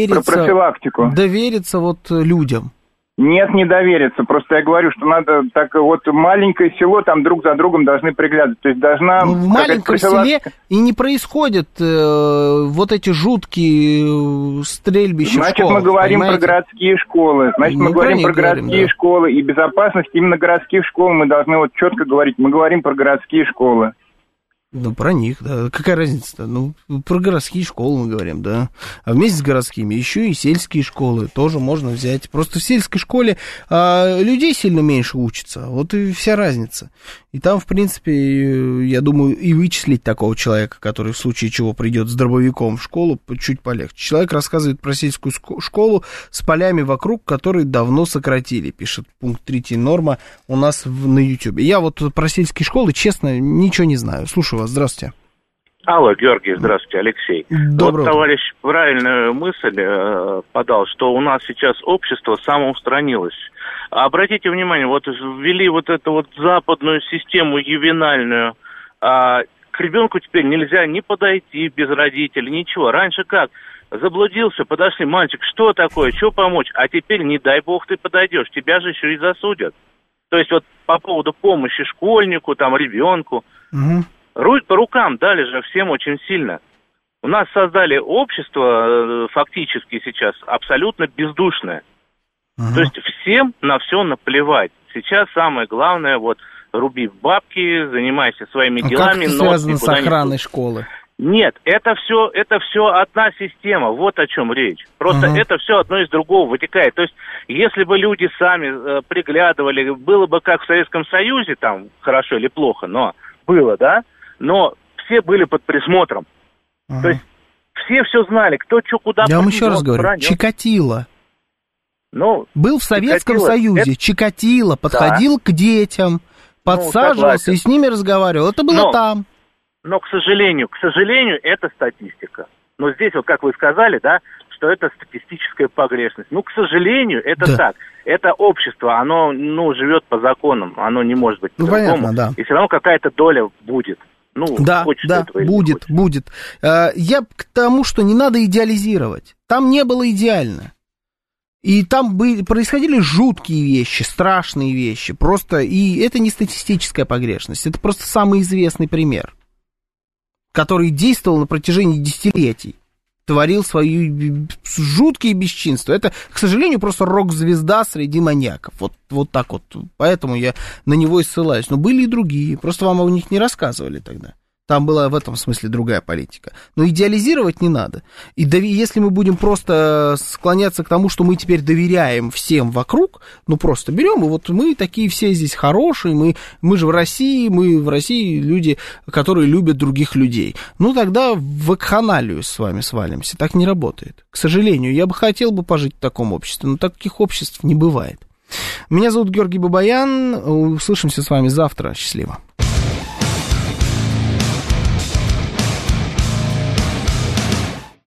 довериться вот людям? Нет, не довериться. Просто я говорю, что надо так вот маленькое село, там друг за другом должны приглядывать. То есть должна... в маленьком селе и не происходят вот эти жуткие стрельбища в школах. Значит, мы говорим про городские школы. Значит, мы говорим про городские школы. И безопасность именно городских школ мы должны вот четко говорить. Мы говорим про городские школы. Ну, про них, да. Какая разница-то? Ну, про городские школы мы говорим, да. А вместе с городскими еще и сельские школы тоже можно взять. Просто в сельской школе людей сильно меньше учатся. Вот и вся разница. И там, в принципе, я думаю, и вычислить такого человека, который в случае чего придет с дробовиком в школу, чуть полегче. Человек рассказывает про сельскую школу с полями вокруг, которые давно сократили, пишет пункт 3 норма у нас на YouTube. Я вот про сельские школы, честно, ничего не знаю. Слушаю вас, здравствуйте. Алло, Георгий, здравствуйте, Алексей. Доброе вот товарищ правильную мысль подал, что у нас сейчас общество самоустранилось. Обратите внимание, вот ввели вот эту вот западную систему ювенальную, к ребенку теперь нельзя ни подойти без родителей, ничего. Раньше как? Заблудился, подошли, мальчик, что такое, что помочь? А теперь, не дай бог, ты подойдешь, тебя же еще и засудят. То есть вот по поводу помощи школьнику, там, ребенку, по рукам дали же всем очень сильно. У нас создали общество фактически сейчас абсолютно бездушное. То есть всем на все наплевать. Сейчас самое главное, вот, руби бабки, занимайся своими делами. Как это связано с охраной школы? Нет, это все одна система, вот о чем речь. Просто это все одно из другого вытекает. То есть, если бы люди сами приглядывали, было бы как в Советском Союзе, там, хорошо или плохо, но было, да? Но все были под присмотром. То есть, все знали, кто что куда... Я вам еще раз говорю, Чикатило. Ну, был в Советском Союзе, Чикатило подходил к детям, подсаживался и с ними разговаривал. Это было там. Но, к сожалению, это статистика. Но здесь, вот как вы сказали, да, что это статистическая погрешность. Ну, к сожалению, это так. Это общество, оно, живет по законам, оно не может быть по-другому. Понятно, да. И все равно какая-то доля будет. Да, будет. Я к тому, что не надо идеализировать. Там не было идеально. И там происходили жуткие вещи, страшные вещи. Просто, и это не статистическая погрешность, это просто самый известный пример, который действовал на протяжении десятилетий, творил свои жуткие бесчинства. Это, к сожалению, просто рок-звезда среди маньяков. Вот так вот. Поэтому я на него и ссылаюсь. Но были и другие, просто вам о них не рассказывали тогда. Там была в этом смысле другая политика. Но идеализировать не надо. И если мы будем просто склоняться к тому, что мы теперь доверяем всем вокруг, просто берем, и вот мы такие все здесь хорошие, мы же в России люди, которые любят других людей. Тогда в вакханалию с вами свалимся. Так не работает. К сожалению, я бы хотел пожить в таком обществе, но таких обществ не бывает. Меня зовут Георгий Бабаян. Услышимся с вами завтра. Счастливо.